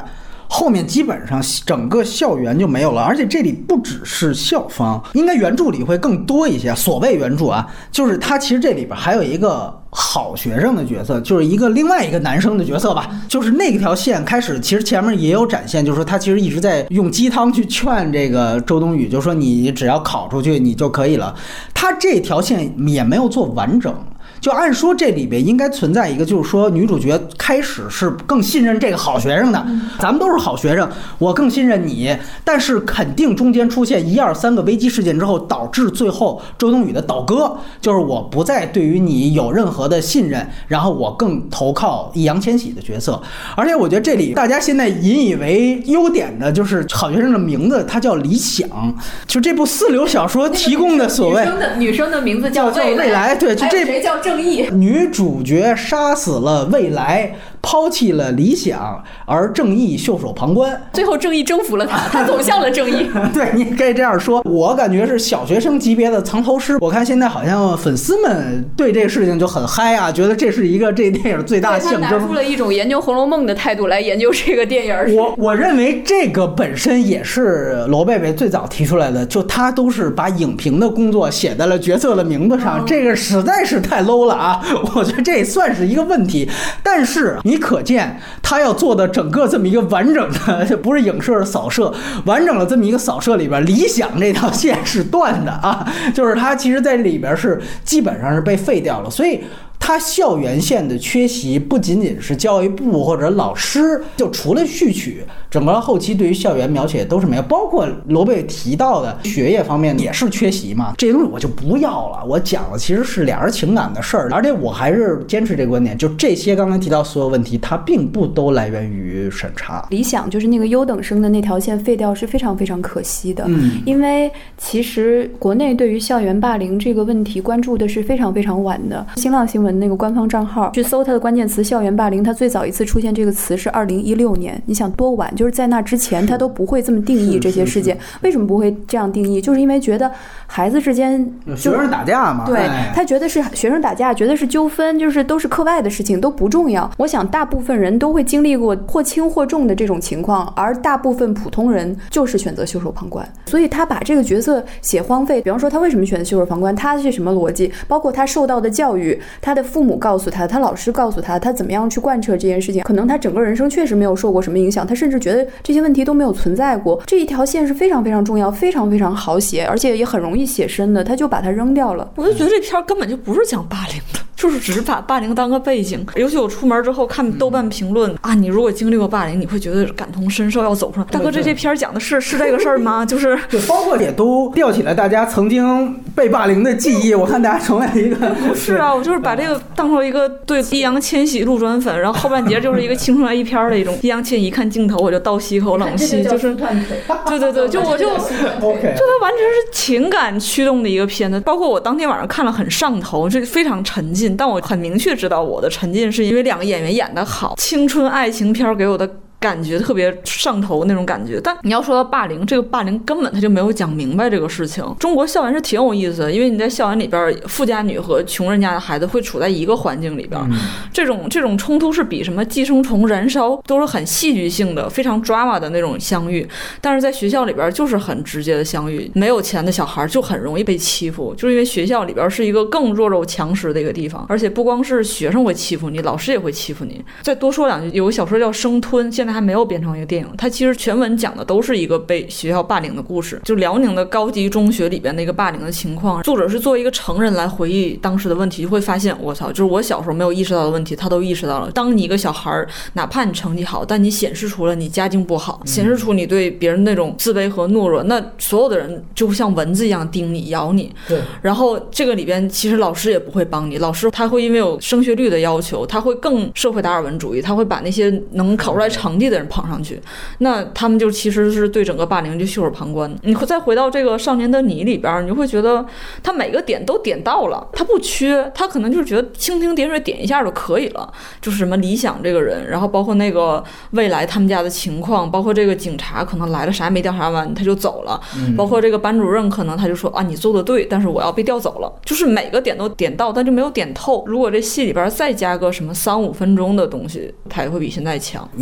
C: 后面基本上整个校园就没有了。而且这里不只是校方，应该原著里会更多一些。所谓原著啊，就是它其实这里边还有一个好学生的角色，就是另外一个男生的角色吧。就是那条线开始，其实前面也有展现，就是说他其实一直在用鸡汤去劝这个周冬雨，就说你只要考出去你就可以了。他这条线也没有做完整。就按说这里边应该存在一个，就是说女主角开始是更信任这个好学生的，咱们都是好学生，我更信任你，但是肯定中间出现1、2、3个危机事件之后，导致最后周冬雨的倒戈，就是我不再对于你有任何的信任，然后我更投靠易烊千玺的角色。而且我觉得这里大家现在引以为优点的就是好学生的名字，它叫理想，就这部4流小说提供的所谓
B: 女生的名字
C: 叫未来，对，就这
B: 谁叫正义？
C: 女主角杀死了未来，抛弃了理想，而正义袖手旁观，
B: 最后正义征服了他，他走向了正义。
C: 对，你可以这样说。我感觉是小学生级别的藏头诗。我看现在好像粉丝们对这个事情就很嗨啊，觉得这是一个这电影最大的象征。
B: 他拿出了一种研究《红楼梦》的态度来研究这个电影。
C: 我认为这个本身也是罗贝贝最早提出来的，就他都是把影评的工作写在了角色的名字上，这个实在是太 low 了啊！我觉得这也算是一个问题。但是你可见他要做的整个这么一个完整的，不是影射扫射，完整的这么一个扫射里边，理想这条线是断的啊，就是他其实在里边是基本上是被废掉了，所以他校园线的缺席不仅仅是教育部或者老师，就除了序曲，整个后期对于校园描写都是没有，包括罗贝提到的学业方面也是缺席嘛。这些东西我就不要了，我讲的其实是俩人情感的事儿，而且我还是坚持这个观点，就这些刚才提到所有问题，它并不都来源于审查。
B: 理想就是那个优等生的那条线废掉是非常非常可惜的，因为其实国内对于校园霸凌这个问题关注的是非常非常晚的。新浪新闻那个官方账号去搜它的关键词校园霸凌，它最早一次出现这个词是2016年，你想多晚？就是在那之前它都不会这么定义这些事件。为什么不会这样定义？就是因为觉得孩子之间
C: 学生打架嘛，
B: 对，他觉得是学生打架，觉得是纠纷，就是都是课外的事情，都不重要。我想大部分人都会经历过或轻或重的这种情况，而大部分普通人就是选择袖手旁观。所以他把这个角色写荒废，比方说他为什么选择袖手旁观，他是什么逻辑，包括他受到的教育，他的父母告诉他，他老师告诉他，他怎么样去贯彻这件事情，可能他整个人生确实没有受过什么影响，他甚至觉得这些问题都没有存在过。这一条线是非常非常重要，非常非常好写，而且也很容易写深的，他就把它扔掉了。
A: 我就觉得这片根本就不是讲霸凌的，就是只是把霸凌当个背景。尤其我出门之后看豆瓣评论啊，你如果经历过霸凌，你会觉得感同身受，要走上。大哥，这片讲的是这个事儿吗？就是
C: 对，包括也都吊起了大家曾经被霸凌的记忆。我看大家成为了一个
A: 不是啊，我就是把这个当成一个对易烊千玺路转粉，然后后半截就是一个青春爱一片的一种。易烊千玺一看镜头我就倒吸一口冷气，就是对对对，就我就
C: OK，
A: 就它完全是情感驱动的一个片子。包括我当天晚上看了很上头，这非常沉浸，但我很明确知道我的沉浸是因为2个演员演得好，青春爱情片给我的感觉特别上头那种感觉。但你要说到霸凌，这个霸凌根本他就没有讲明白这个事情。中国校园是挺有意思的，因为你在校园里边，富家女和穷人家的孩子会处在一个环境里边，这种冲突是比什么寄生虫燃烧都是很戏剧性的，非常 drama 的那种相遇。但是在学校里边就是很直接的相遇，没有钱的小孩就很容易被欺负，就是因为学校里边是一个更弱肉强食的一个地方，而且不光是学生会欺负你，老师也会欺负你。再多说两句，有个小说叫《生吞》，现在还没有变成一个电影，它其实全文讲的都是一个被学校霸凌的故事，就辽宁的高级中学里边的一个霸凌的情况。作者是作为一个成人来回忆当时的问题，就会发现我操，就是我小时候没有意识到的问题他都意识到了。当你一个小孩，哪怕你成绩好，但你显示出了你家境不好，显示出你对别人那种自卑和懦弱，那所有的人就像蚊子一样叮你咬你。
C: 对，
A: 然后这个里边其实老师也不会帮你，老师他会因为有升学率的要求，他会更社会达尔文主义，他会把那些能考出来成绩的人捧上去，那他们就其实是对整个霸凌就袖手旁观。你再回到这个少年的你里边，你就会觉得他每个点都点到了，他不缺，他可能就是觉得蜻蜓点水点一下就可以了，就是什么理想这个人，然后包括那个未来他们家的情况，包括这个警察可能来了啥也没调查完他就走了，包括这个班主任可能他就说啊你做的对，但是我要被调走了，就是每个点都点到，但就没有点透。如果这戏里边再加个什么3-5分钟的东西，它也会比现在强。
C: 你开始最早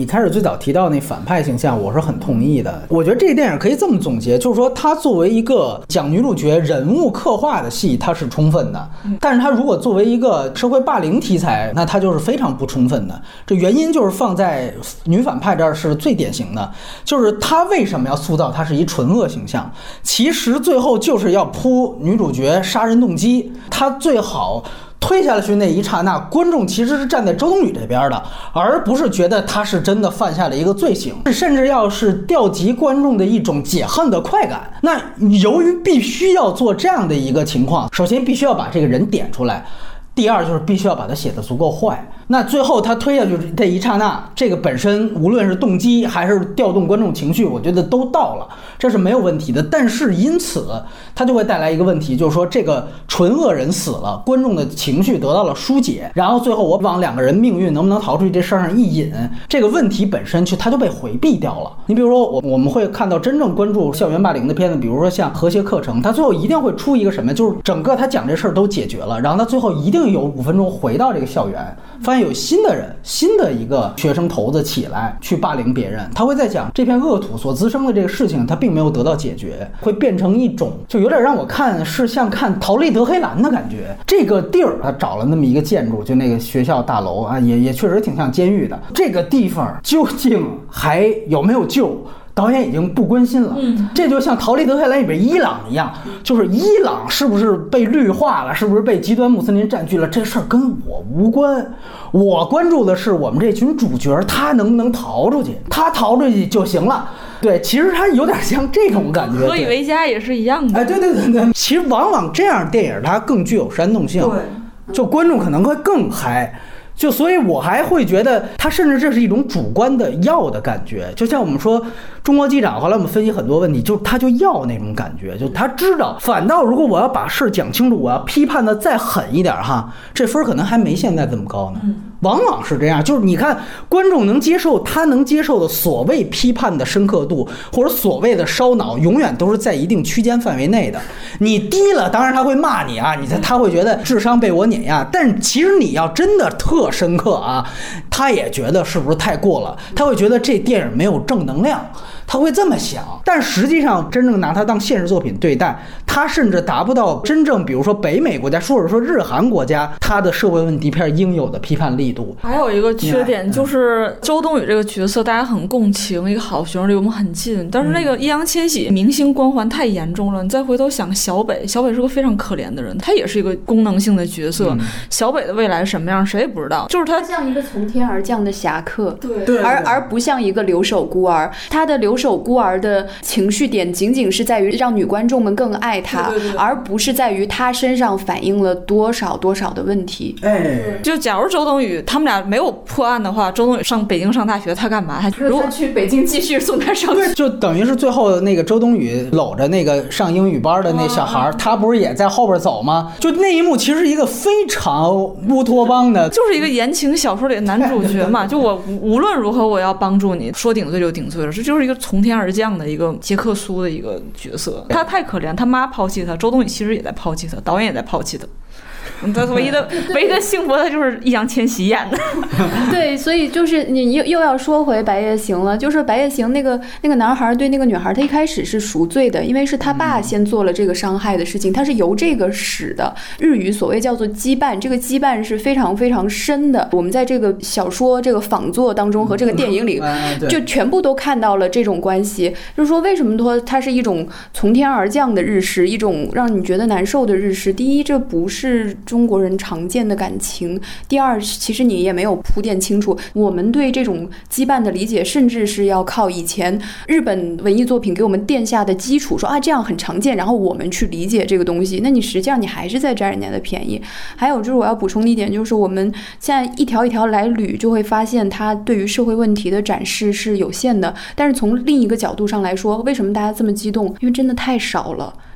C: 早提到那反派形象，我是很同意的。我觉得这个电影可以这么总结，就是说它作为一个讲女主角人物刻画的戏，它是充分的，但是它如果作为一个社会霸凌题材，那它就是非常不充分的。这原因就是放在女反派这儿是最典型的，就是她为什么要塑造她是一纯恶形象，其实最后就是要铺女主角杀人动机。她最好推下去那一刹那，观众其实是站在周冬雨这边的，而不是觉得她是真的犯下了一个罪行，甚至要是调集观众的一种解恨的快感。那由于必须要做这样的一个情况，首先必须要把这个人点出来，第二就是必须要把它写得足够坏。那最后他推下去这一刹那，这个本身无论是动机还是调动观众情绪，我觉得都到了，这是没有问题的。但是因此它就会带来一个问题，就是说这个纯恶人死了，观众的情绪得到了疏解，然后最后我往两个人命运能不能逃出去这事儿上一引，这个问题本身它就被回避掉了。你比如说我们会看到真正关注校园霸凌的片子，比如说像和谐课程，它最后一定会出一个什么，就是整个他讲这事儿都解决了，然后他最后一定有5分钟回到这个校园，发现有新的人，新的一个学生头子起来去霸凌别人，他会在讲这片恶土所滋生的这个事情，他并没有得到解决，会变成一种就有点让我看是像看逃离德黑兰的感觉。这个地儿他找了那么一个建筑，就那个学校大楼啊，也确实挺像监狱的。这个地方究竟还有没有救？导演已经不关心了，这就像《逃离德黑兰》里边伊朗一样，就是伊朗是不是被绿化了，是不是被极端穆斯林占据了，这事儿跟我无关。我关注的是我们这群主角他能不能逃出去，他逃出去就行了。对，其实他有点像这种感觉。
A: 何以为家也是一样的。
C: 哎，对，其实往往这样电影它更具有煽动性，
A: 对，
C: 就观众可能会更嗨。就所以我还会觉得他甚至这是一种主观的要的感觉，就像我们说中国机长，后来我们分析很多问题，就是他就要那种感觉，就他知道反倒如果我要把事讲清楚，我要批判的再狠一点哈，这分可能还没现在这么高呢。往往是这样，就是你看观众能接受，他能接受的所谓批判的深刻度或者所谓的烧脑，永远都是在一定区间范围内的。你低了，当然他会骂你啊，他会觉得智商被我碾压，但其实你要真的特深刻啊，他也觉得是不是太过了，他会觉得这电影没有正能量，他会这么想。但实际上真正拿它当现实作品对待，他甚至达不到真正比如说北美国家或者说日韩国家他的社会问题片应有的批判力度。
A: 还有一个缺点就是周冬雨这个角色大家很共情，一个好学生离我们很近，但是那个易烊千玺明星光环太严重了。你再回头想小北是个非常可怜的人，他也是一个功能性的角色，小北的未来什么样谁也不知道，就是他
B: 像一个从天而降的侠客，
A: 对，
B: 而不像一个留守孤儿。他的留守孤儿的情绪点仅仅是在于让女观众们更爱他，
A: 对，
B: 而不是在于他身上反映了多少的问题。
A: 就假如周冬雨他们俩没有破案的话，周冬雨上北京上大学他干嘛？他
B: 去北京继续送他上学，
C: 就等于是最后那个周冬雨搂着那个上英语班的那小孩，他不是也在后边走吗？就那一幕其实是一个非常乌托邦的，
A: 就是一个言情小说里的男主角嘛，就我无论如何我要帮助你，说顶罪就顶罪了，这就是一个从天而降的一个杰克苏的一个角色。他太可怜，他妈抛弃他，周冬雨其实也在抛弃他，导演也在抛弃他。他唯一的幸福，他就是易烊千玺演的。
B: 对，所以就是你又要说回白夜行了，就是白夜行那个男孩对那个女孩，他一开始是赎罪的，因为是他爸先做了这个伤害的事情，他是由这个始的。日语所谓叫做羁绊，这个羁绊是非常非常深的。我们在这个小说这个仿作当中和这个电影里，就全部都看到了这种关系。就是说，为什么说它是一种从天而降的日食，一种让你觉得难受的日食？第一，这不是中国人常见的感情。第二，其实你也没有铺垫清楚我们对这种羁绊的理解，甚至是要靠以前日本文艺作品给我们奠下的基础，说啊这样很常见，然后我们去理解这个东西，那你实际上你还是在占人家的便宜。还有就是我要补充的一点，就是我们现在一条一条来捋，就会发现它对于社会问题的展示是有限的。但是从另一个角度上来说，为什么大家这么激动？因为真的太少了。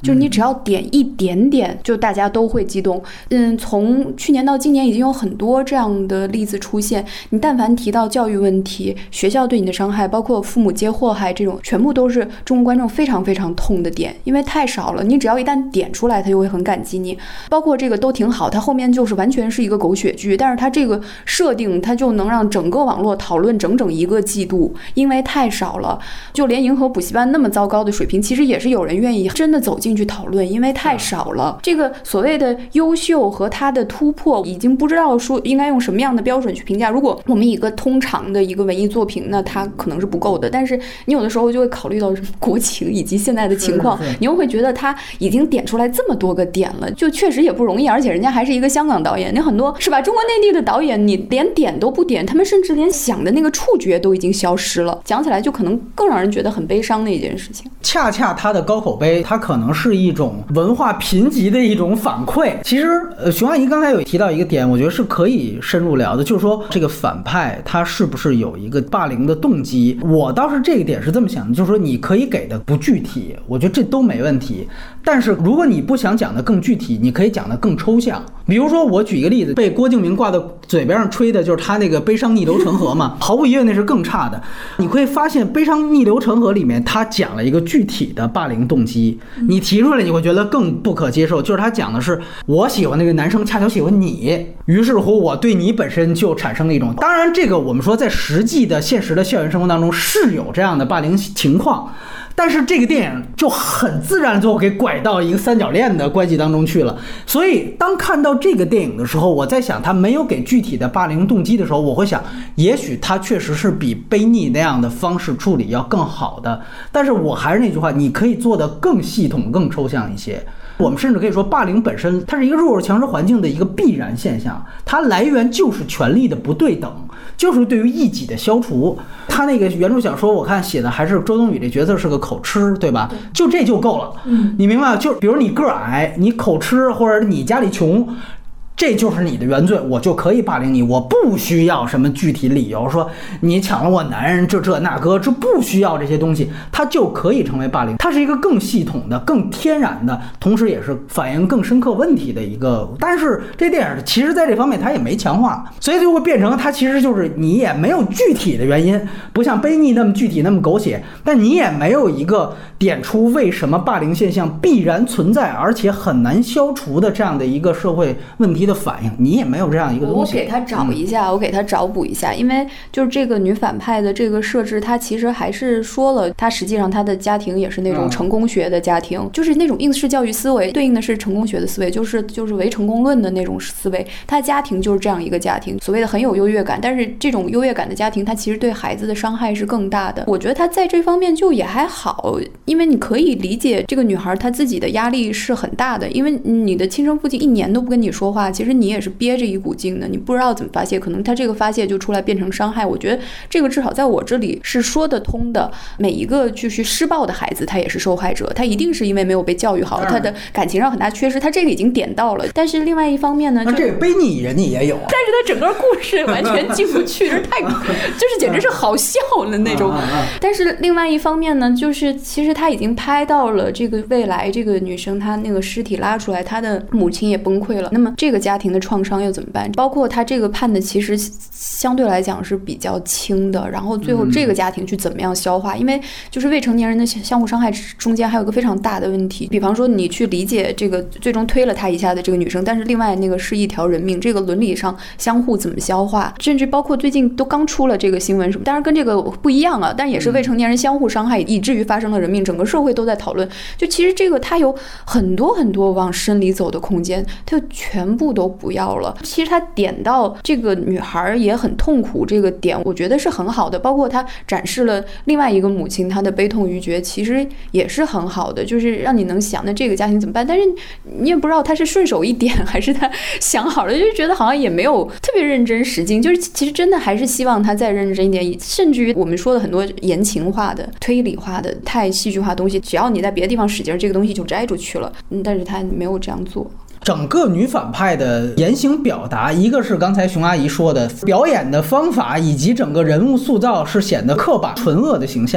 B: 就是你只要点一点点，就大家都会激动。从去年到今年已经有很多这样的例子出现。你但凡提到教育问题、学校对你的伤害，包括父母皆祸害这种，全部都是中国观众非常非常痛的点，因为太少了。你只要一旦点出来，他就会很感激你。包括这个都挺好，它后面就是完全是一个狗血剧，但是它这个设定，它就能让整个网络讨论整整一个季度，因为太少了。就连银河补习班那么糟糕的水平，其实也是有人愿意真的走进去讨论，因为太少了。这个所谓的优秀和它的突破，已经不知道说应该用什么样的标准去评价。如果我们一个通常的一个文艺作品，那它可能是不够的。但是你有的时候就会考虑到国情以及现在的情况，你又会觉得它已经点出来这么多个点了，就确实也不容易。而且人家还是一个香港导演，你很多是吧？中国内地的导演，你连点都不点，他们甚至连想的那个触觉都已经消失了。讲起来就可能更让人觉得很悲伤的一件事情。
C: 恰恰它的高口碑，它可能是一种文化贫瘠的一种反馈。其实熊阿姨刚才有提到一个点，我觉得是可以深入聊的，就是说这个反派他是不是有一个霸凌的动机。我倒是这个点是这么想的，就是说你可以给的不具体，我觉得这都没问题。但是如果你不想讲的更具体，你可以讲的更抽象。比如说我举一个例子，被郭敬明挂到嘴边上吹的就是他那个悲伤逆流成河嘛，毫无疑问那是更差的。你会发现悲伤逆流成河里面他讲了一个具体的霸凌动机，你提出来你会觉得更不可接受，就是他讲的是我喜欢那个男生恰巧喜欢你，于是乎我对你本身就产生了一种，当然这个我们说在实际的现实的校园生活当中是有这样的霸凌情况，但是这个电影就很自然最后给拐到一个三角恋的关系当中去了。所以当看到这个电影的时候，我在想他没有给具体的霸凌动机的时候，我会想也许他确实是比悲逆那样的方式处理要更好的。但是我还是那句话，你可以做得更系统更抽象一些。我们甚至可以说霸凌本身它是一个弱肉强食环境的一个必然现象，它来源就是权力的不对等，就是对于异己的消除。他那个原著小说我看写的还是周冬雨这角色是个口吃，对吧？就这就够了。你明白？就比如你个矮，你口吃，或者你家里穷，这就是你的原罪，我就可以霸凌你，我不需要什么具体理由，说你抢了我男人这那个，这不需要这些东西，它就可以成为霸凌。它是一个更系统的、更天然的，同时也是反映更深刻问题的一个。但是这电影其实在这方面它也没强化，所以就会变成它其实就是你也没有具体的原因，不像悲逆那么具体那么狗血，但你也没有一个点出为什么霸凌现象必然存在而且很难消除的这样的一个社会问题的反应，你也没有这样一个东西。
B: 我给他找一下，我给他找补一下，因为就是这个女反派的这个设置，她其实还是说了，她实际上她的家庭也是那种成功学的家庭，就是那种应试教育思维对应的是成功学的思维，就是唯成功论的那种思维。她家庭就是这样一个家庭，所谓的很有优越感，但是这种优越感的家庭，它其实对孩子的伤害是更大的。我觉得她在这方面就也还好，因为你可以理解这个女孩她自己的压力是很大的，因为你的亲生父亲1年都不跟你说话，其实你也是憋着一股劲的，你不知道怎么发泄，可能他这个发泄就出来变成伤害。我觉得这个至少在我这里是说得通的。每一个就是施暴的孩子，他也是受害者，他一定是因为没有被教育好，他的感情上很大缺失，他这个已经点到了。但是另外一方面呢，
C: 这个悲逆人家也有，
B: 但是他整个故事完全进不去，这太就是简直是好笑了那种。但是另外一方面呢，就是其实他已经拍到了这个未来这个女生她那个尸体拉出来，她的母亲也崩溃了，那么这个家庭的创伤又怎么办？包括他这个判的其实相对来讲是比较轻的，然后最后这个家庭去怎么样消化？因为就是未成年人的相互伤害中间还有一个非常大的问题，比方说你去理解这个最终推了他一下的这个女生，但是另外那个是一条人命，这个伦理上相互怎么消化？甚至包括最近都刚出了这个新闻什么，当然跟这个不一样啊，但也是未成年人相互伤害以至于发生了人命，整个社会都在讨论。就其实这个它有很多很多往深里走的空间，它就全部都不要了。其实他点到这个女孩也很痛苦这个点，我觉得是很好的。包括他展示了另外一个母亲她的悲痛欲绝，其实也是很好的，就是让你能想那这个家庭怎么办。但是你也不知道他是顺手一点还是他想好了，就觉得好像也没有特别认真使劲，就是其实真的还是希望他再认真一点。甚至于我们说的很多言情化的推理化的太戏剧化的东西，只要你在别的地方使劲，这个东西就摘出去了。但是他没有这样做。
C: 整个女反派的言行表达，一个是刚才熊阿姨说的表演的方法，以及整个人物塑造是显得刻板纯恶的形象，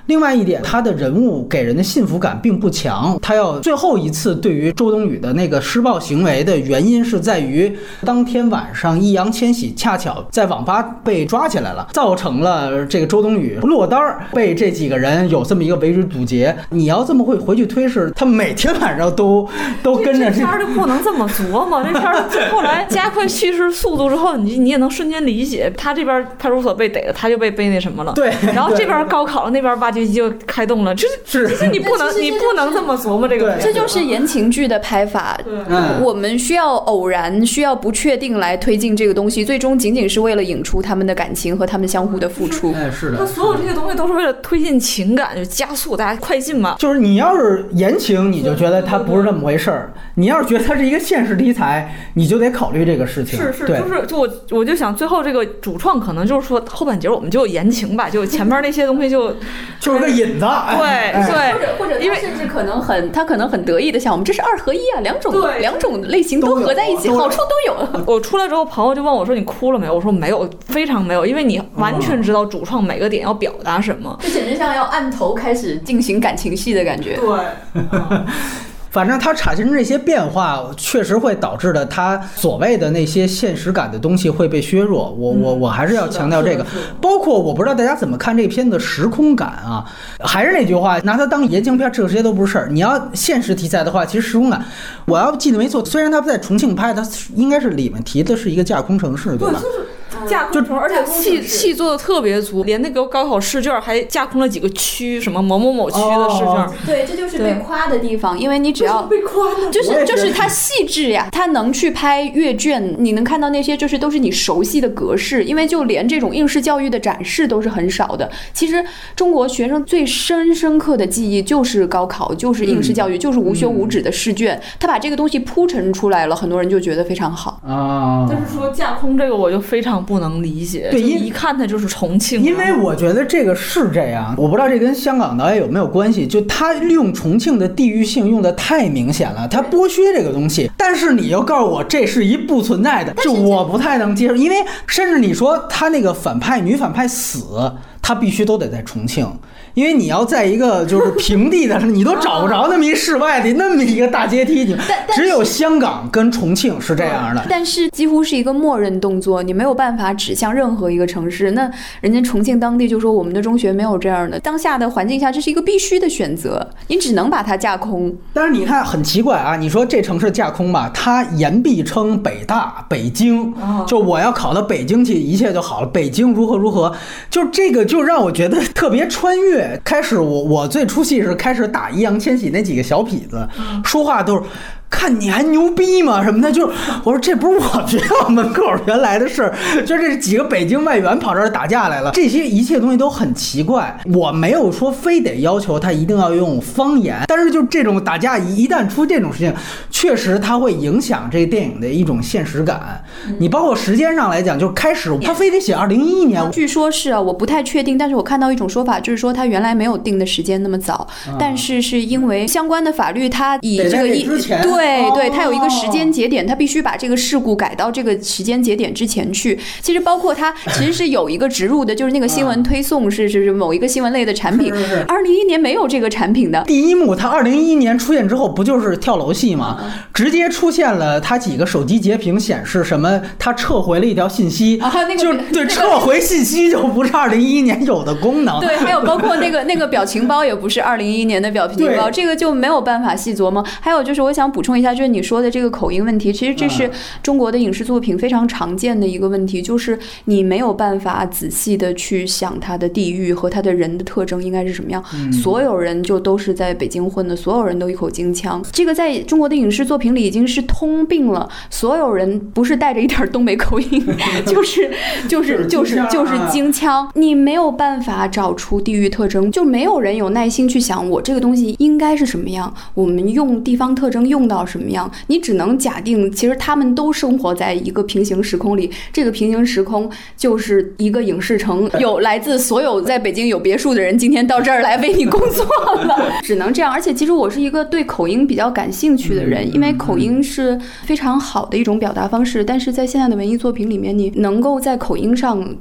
C: 另外一点，他的人物给人的幸福感并不强。他要最后一次对于周冬雨的那个施暴行为的原因是在于当天晚上易烊千玺恰巧在网吧被抓起来了，造成了这个周冬雨落单，被这几个人有这么一个围追堵截。你要这么会回去推是，他每天晚上都跟着
A: 这片儿就不能这么琢磨。这片儿后来加快叙事速度之后，你也能瞬间理解，他这边派出所被逮了，他就被那什么了。
C: 对，
A: 然后这边高考了，那边挖掘机就开动了，就是你不能这么琢磨这个。
B: 这就是言情剧的拍法。我们需要偶然，需要不确定来推进这个东西，最终仅仅是为了引出他们的感情和他们相互的付出。
C: 是的。
A: 那所有这些东西都是为了推进情感，就加速大家快进嘛。
C: 就是你要是言情，你就觉得它不是这么回事儿；你要是觉得它是一个现实题材，你就得考虑这个事情。
A: 是，我就想最后这个主创可能就是说后半截我们就有言情吧，就前面那些东西
C: 就是个引子。
A: 对，
B: 或者因为甚至他可能很得意的想，我们这是2合1啊，两种类型都合在一起，好处都有。
A: 我出来之后，朋友就问我说：“你哭了没有？”我说：“没有，非常没有，因为你完全知道主创每个点要表达什么。”
B: 这简直像要按头开始进行感情戏的感觉。
A: 对。
C: 反正它产生这些变化，确实会导致的它所谓的那些现实感的东西会被削弱。我还是要强调这个，包括我不知道大家怎么看这片的时空感啊。还是那句话，拿它当言情片，这些都不是事儿。你要现实题材的话，其实时空感，我要记得没错，虽然它不在重庆拍，它应该是里面提的是一个架空城市，对吧？
A: 架空城，而且戏做的特别足，连那个高考试卷还架空了几个区，什么某某某区的试卷。
B: 对，这就是被夸的地方，因为你只要
A: 被夸的，
B: 就是它细致呀，它能去拍阅卷，你能看到那些就是都是你熟悉的格式，因为就连这种应试教育的展示都是很少的。其实中国学生最深刻的记忆就是高考，就是应试教育，就是无休无止的试卷，他把这个东西铺陈出来了，很多人就觉得非常好
C: 啊。
A: 但是说架空这个，我就非常不能理解，
C: 对，
A: 一看它就是重庆。
C: 因为我觉得这个是这样，我不知道这跟香港导演有没有关系，就他利用重庆的地域性用的太明显了，他剥削这个东西，但是你又告诉我这是一不存在的，就我不太能接受。因为甚至你说他那个女反派死，他必须都得在重庆。因为你要在一个就是平地的，你都找不着那么一室外的那么一个大阶梯，只有香港跟重庆是这样的。
B: 但是几乎是一个默认动作，你没有办法指向任何一个城市。那人家重庆当地就说我们的中学没有这样的，当下的环境下这是一个必须的选择，你只能把它架空。
C: 但是你看很奇怪啊，你说这城市架空吧，它言必称北大、北京，就我要考到北京去，一切就好了。北京如何，就这个就让我觉得特别穿越。开始我最出戏是开始打易烊千玺那几个小痞子，说话都是看你还牛逼吗什么的，就是我说这不是我学校门口原来的事儿，就这几个北京外援跑这儿打架来了，这些一切东西都很奇怪。我没有说非得要求他一定要用方言，但是就这种打架一旦出这种事情，确实它会影响这个电影的一种现实感。你包括时间上来讲，就开始他非得写2011年，
B: 据说是啊，我不太确定，但是我看到一种说法，就是说他原来没有定的时间那么早，但是是因为相关的法律，他以这个对，它有一个时间节点，它必须把这个事故改到这个时间节点之前去。其实包括它其实是有一个植入的，就是那个新闻推送是某一个新闻类的产品。2011年没有这个产品的。
C: 第一幕它2011年出现之后，不就是跳楼戏吗？直接出现了它几个手机截屏显示什么，它撤回了一条信息，就对，撤回信息就不是2011年有的功能。
B: 对，还有包括那个表情包也不是2011年的表情包，这个就没有办法细琢磨。还有就是我想补充一下，就是你说的这个口音问题，其实这是中国的影视作品非常常见的一个问题，就是你没有办法仔细的去想它的地域和它的人的特征应该是什么样。所有人就都是在北京混的，所有人都一口京腔，这个在中国的影视作品里已经是通病了。所有人不是带着一点东北口音，就是京腔，你没有办法找出地域特征，就没有人有耐心去想我这个东西应该是什么样，我们用地方特征用到什么样，你只能假定其实他们都生活在一个平行时空里，这个平行时空就是一个影视城，有来自所有在北京有别墅的人今天到这儿来为你工作了，只能这样。而且其实我是一个对口音比较感兴趣的人，因为口音是非常好的一种表达方式，但是在现在的文艺作品里面，你能够在口音上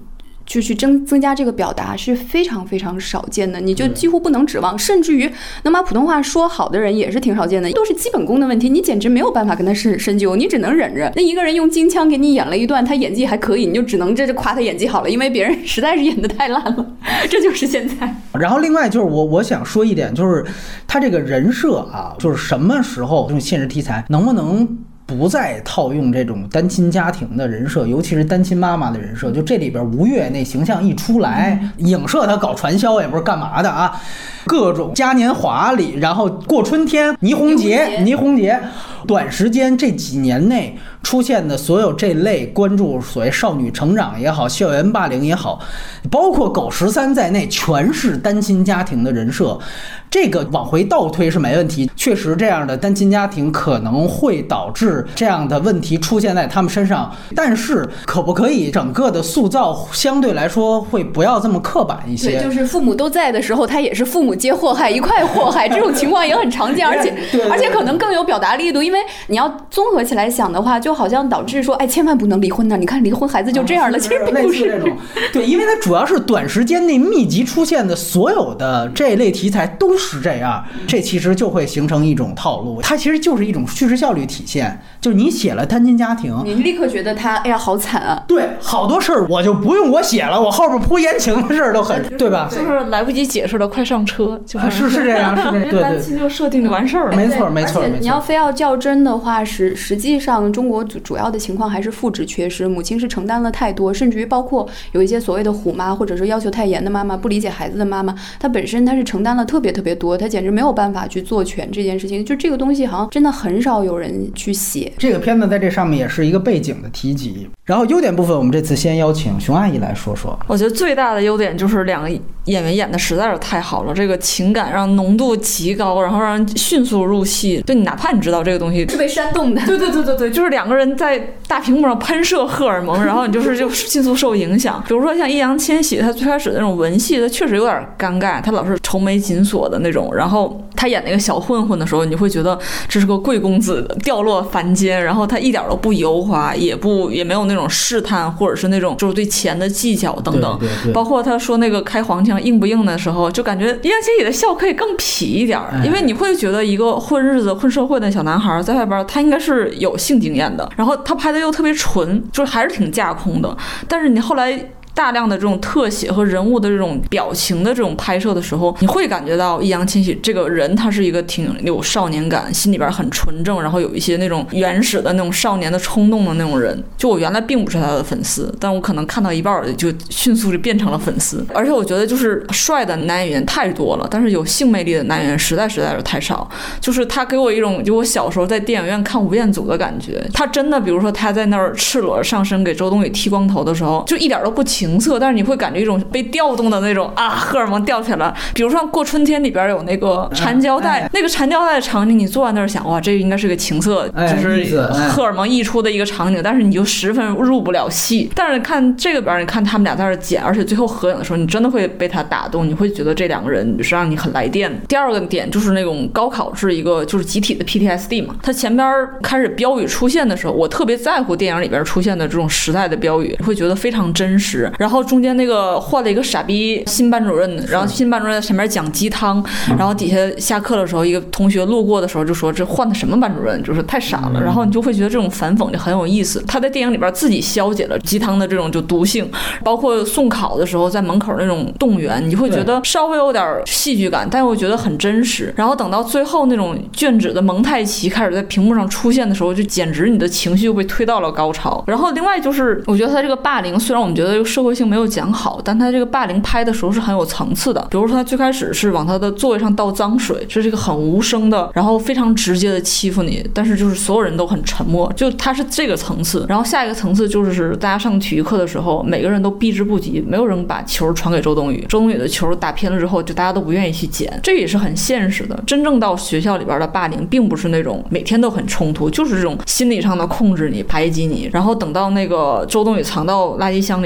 B: 就去增加这个表达是非常非常少见的，你就几乎不能指望，甚至于能把普通话说好的人也是挺少见的，都是基本功的问题，你简直没有办法跟他深究，你只能忍着。那一个人用京腔给你演了一段，他演技还可以，你就只能这就夸他演技好了，因为别人实在是演得太烂了，这就是现在。
C: 然后另外就是我想说一点，就是他这个人设啊，就是什么时候这种现实题材能不能不再套用这种单亲家庭的人设，尤其是单亲妈妈的人设。就这里边吴越那形象一出来，影射他搞传销也不是干嘛的啊，各种嘉年华里，然后过春天、霓虹节，短时间这几年内出现的所有这类关注所谓少女成长也好，校园霸凌也好，包括狗13在内，全是单亲家庭的人设。这个往回倒推是没问题，确实这样的单亲家庭可能会导致这样的问题出现在他们身上，但是可不可以整个的塑造相对来说会不要这么刻板一些？
B: 对，就是父母都在的时候，他也是父母皆祸害，一块祸害，这种情况也很常见，而且可能更有表达力度，因为你要综合起来想的话，就好像导致说，哎，千万不能离婚呢，你看离婚孩子就这样了，其实并不是
C: 这种。对，因为它主要是短时间内密集出现的所有的这一类题材都是这样，这其实就会形成一种套路，它其实就是一种叙事效率体现，就是你写了单亲家庭，
B: 你立刻觉得他哎呀好惨啊，
C: 对，好多事儿我就不用我写了，我后边铺言情的事儿都很对吧？
A: 就是来不及解释了，快上车，就是
C: 这样，是这样，对，
A: 单亲就设定就完事儿了，
C: 没错。
B: 而且你要非要较真的话，实际上中国主要的情况还是父职缺失，母亲是承担了太多，甚至于包括有一些所谓的虎妈，或者是要求太严的妈妈，不理解孩子的妈妈，她本身她是承担了特别多，她简直没有办法去做全这件事情，就这个东西好像真的很少有人去写。
C: 这个片子在这上面也是一个背景的提及。然后优点部分，我们这次先邀请熊阿姨来说说。
A: 我觉得最大的优点就是两个演员演的实在是太好了，这个情感让浓度极高，然后让人迅速入戏。就你哪怕你知道这个东西
B: 是被煽动的，
A: 对，就是两个人在大屏幕上喷射荷尔蒙，然后你就迅速受影响。比如说像易烊千玺，他最开始那种文戏，他确实有点尴尬，他老是愁眉紧锁的那种。然后他演那个小混混的时候，你会觉得这是个贵公子掉落凡间，然后他一点都不油滑，也没有那种试探或者是那种就是对钱的计较等等。
C: 对，
A: 包括他说那个开黄腔硬不硬的时候，就感觉易烊千玺的笑可以更痞一点，因为你会觉得一个混日子混社会的小男孩在外边他应该是有性经验的，然后他拍的又特别纯，就是还是挺架空的。但是你后来大量的这种特写和人物的这种表情的这种拍摄的时候，你会感觉到易烊千玺这个人他是一个挺有少年感，心里边很纯正，然后有一些那种原始的那种少年的冲动的那种人。就我原来并不是他的粉丝，但我可能看到一半就迅速就变成了粉丝。而且我觉得就是帅的男演员太多了，但是有性魅力的男演员实在是太少。就是他给我一种就我小时候在电影院看吴彦祖的感觉，他真的比如说他在那儿赤裸上身给周冬雨剃光头的时候，就一点都不情色，但是你会感觉一种被调动的那种荷尔蒙掉起来。比如说过春天里边有那个缠胶带，那个缠胶带的场景，你坐在那儿想，哇，这个应该是个情色，就是荷尔蒙溢出的一个场景，但是你就十分入不了戏。但是看这个边，你看他们俩在那儿剪，而且最后合影的时候，你真的会被他打动，你会觉得这两个人是让你很来电。第二个点就是那种高考是一个就是集体的 PTSD 嘛，他前边开始标语出现的时候，我特别在乎电影里边出现的这种时代的标语，会觉得非常真实。然后中间那个换了一个傻逼新班主任，然后新班主任在前面讲鸡汤，然后底下下课的时候，一个同学路过的时候就说这换的什么班主任，就是太傻了。然后你就会觉得这种反讽就很有意思。他在电影里边自己消解了鸡汤的这种就毒性，包括送考的时候在门口那种动员，你会觉得稍微有点戏剧感，但我觉得很真实。然后等到最后那种卷纸的蒙太奇开始在屏幕上出现的时候，就简直你的情绪又被推到了高潮。然后另外就是我觉得他这个霸凌，虽然我们觉得这个社会性没有讲好，但他这个霸凌拍的时候是很有层次的。比如说他最开始是往他的座位上倒脏水，这是一个很无声的，然后非常直接的欺负你，但是就是所有人都很沉默，就他是这个层次。然后下一个层次就是大家上体育课的时候，每个人都避之不及，没有人把球传给周冬雨，周冬雨的球打偏了之后，就大家都不愿意去捡，这也是很现实的。真正到学校里边的霸凌并不是那种每天都很冲突，就是这种心理上的控制你排挤你。然后等到那个周冬雨藏到垃圾箱里边拎小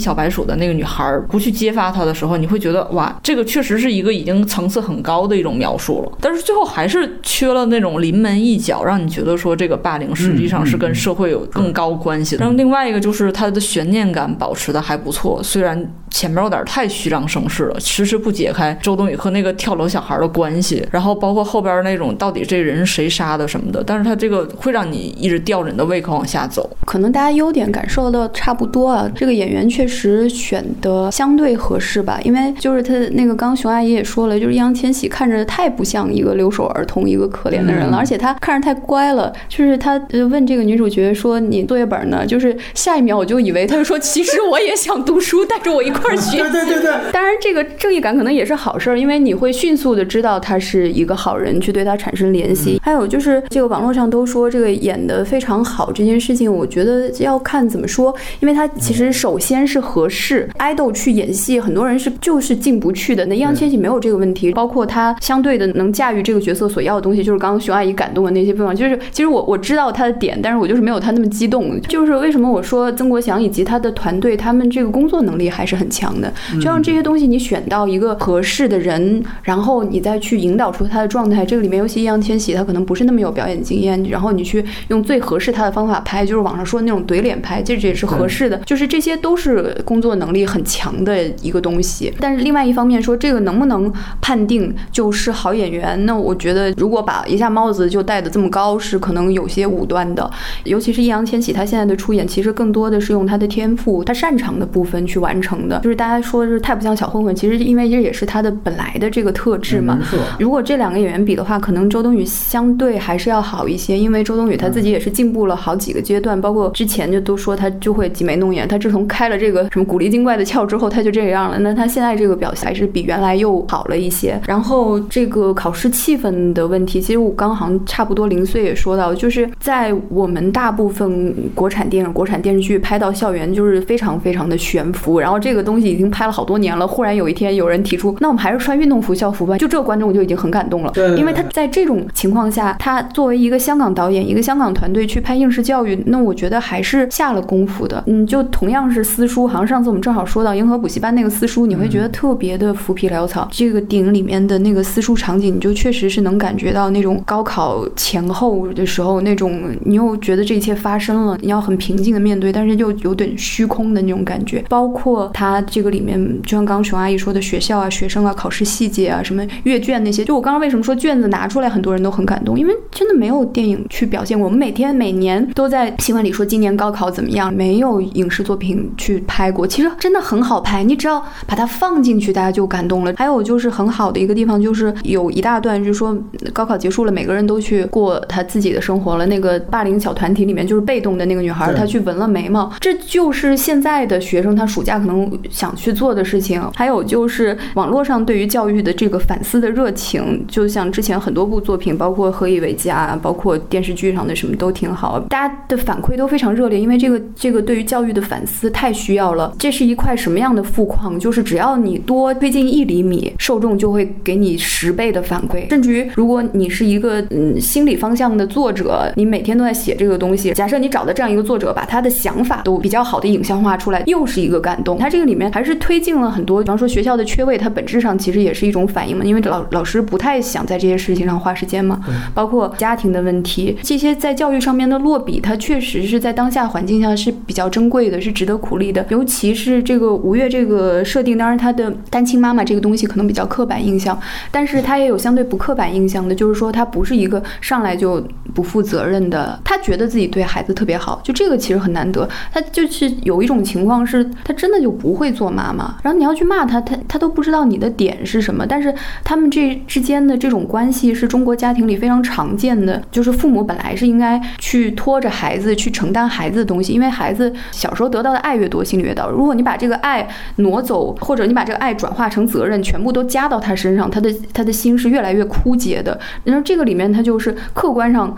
A: 小白鼠的那个女孩不去揭发他的时候，你会觉得哇，这个确实是一个已经层次很高的一种描述了，但是最后还是缺了那种临门一脚，让你觉得说这个霸凌实际上是跟社会有更高关系的。然后另外一个就是它的悬念感保持的还不错，虽然前面有点太虚张声势了，迟迟不解开周冬雨和那个跳楼小孩的关系，然后包括后边那种到底这人是谁杀的什么的，但是他这个会让你一直吊着你的胃口往下走。
B: 可能大家优点感受到差不多啊，这个演员确实选的相对合适吧，因为就是他那个刚熊阿姨也说了，就是易烊千玺看着太不像一个留守儿童一个可怜的人了，而且他看着太乖了，就是他问这个女主角说你作业本呢，就是下一秒我就以为他就说其实我也想读书，带着我一块儿学。
C: 对，
B: 当然这个正义感可能也是好事儿，因为你会迅速的知道他是一个好人，去对他产生联系。还有就是这个网络上都说这个演得非常好这件事情，我觉得要看怎么说，因为他其实首先是合适，爱豆去演戏很多人就是进不去的，那易烊千玺没有这个问题，包括他相对的能驾驭这个角色所要的东西，就是刚刚熊阿姨感动的那些地方，就是其实我知道他的点，但是我就是没有他那么激动，就是为什么我说曾国祥以及他的团队他们这个工作能力还是很强的，就像这些东西你选到一个合适的人，然后你再去引导出他的状态，这个里面尤其易烊千玺他可能不是那么有表演经验，然后你去用最合适他的方法拍，就是网上说的那种怼脸拍，这也是合适的，就是这些都是工作能力很强的一个东西。但是另外一方面说这个能不能判定就是好演员，那我觉得如果把一下帽子就戴得这么高是可能有些武断的，尤其是易烊千玺他现在的出演其实更多的是用他的天赋他擅长的部分去完成的，就是大家说是太不像小混混，其实因为这也是他的本来的这个特质嘛。如果这两个演员比的话，可能周冬雨相对还是要好一些，因为周冬雨他自己也是进步了好几个阶段，包括之前就都说他就会挤眉弄眼，他自从开了这个什么古灵精怪的窍之后他就这样了，那他现在这个表现还是比原来又好了一些。然后这个考试气氛的问题，其实我刚好像差不多0岁也说到，就是在我们大部分国产电影国产电视剧拍到校园就是非常非常的悬浮，然后这个东西已经拍了好多年了，忽然有一天有人提出那我们还是穿运动服校服吧，就这个观众就已经很感动了。因为他在这种情况下，他作为一个香港导演一个香港团队去拍应试教育，那我觉得还是下了功夫的。就同样是私塾，好像上次我们正好说到银河补习班那个私塾，你会觉得特别的浮皮潦草，这个电影里面的那个私塾场景你就确实是能感觉到那种高考前后的时候那种你又觉得这一切发生了，你要很平静的面对，但是又有点虚空的那种感觉。包括他这个里面就像刚刚熊阿姨说的学校啊学生啊考试细节啊什么阅卷那些，就我刚刚为什么说卷子拿出来很多人都很感动，因为真的没有电影去表现过，我们每年都在新闻里说今年高考怎么样，没有影视作品去拍过，其实真的很好拍，你只要把它放进去大家就感动了。还有就是很好的一个地方就是有一大段就是说高考结束了每个人都去过他自己的生活了，那个霸凌小团体里面就是被动的那个女孩她去纹了眉毛，这就是现在的学生他暑假可能想去做的事情。还有就是网络上对于教育的这个反思的热情，就像之前很多部作品包括何以为家包括电视剧上的什么都挺好，大家的反馈都非常热烈，因为这个对于教育的反思太需要了。这是一块什么样的富矿，就是只要你多推进1厘米，受众就会给你10倍的反馈。甚至于如果你是一个心理方向的作者，你每天都在写这个东西，假设你找到这样一个作者把他的想法都比较好的影像化出来，又是一个感动。他这个里面还是推进了很多，比方说学校的缺位，它本质上其实也是一种反应嘛，因为老师不太想在这些事情上花时间嘛，包括家庭的问题，这些在教育上面的落笔，它确实是在当下环境下是比较珍贵的，是值得鼓励的。尤其是这个吴越这个设定，当然他的单亲妈妈这个东西可能比较刻板印象，但是他也有相对不刻板印象的，就是说他不是一个上来就不负责任的，他觉得自己对孩子特别好，就这个其实很难得。他就是有一种情况是他真的就不会做妈妈，然后你要去骂他，他都不知道你的点是什么，但是他们这之间的这种关系是中国家庭里非常常见的，就是父母本来是应该去拖着孩子去承担孩子的东西，因为孩子小时候得到的爱越多心里越到，如果你把这个爱挪走，或者你把这个爱转化成责任全部都加到他身上，他的心是越来越枯竭的。然后这个里面他就是客观上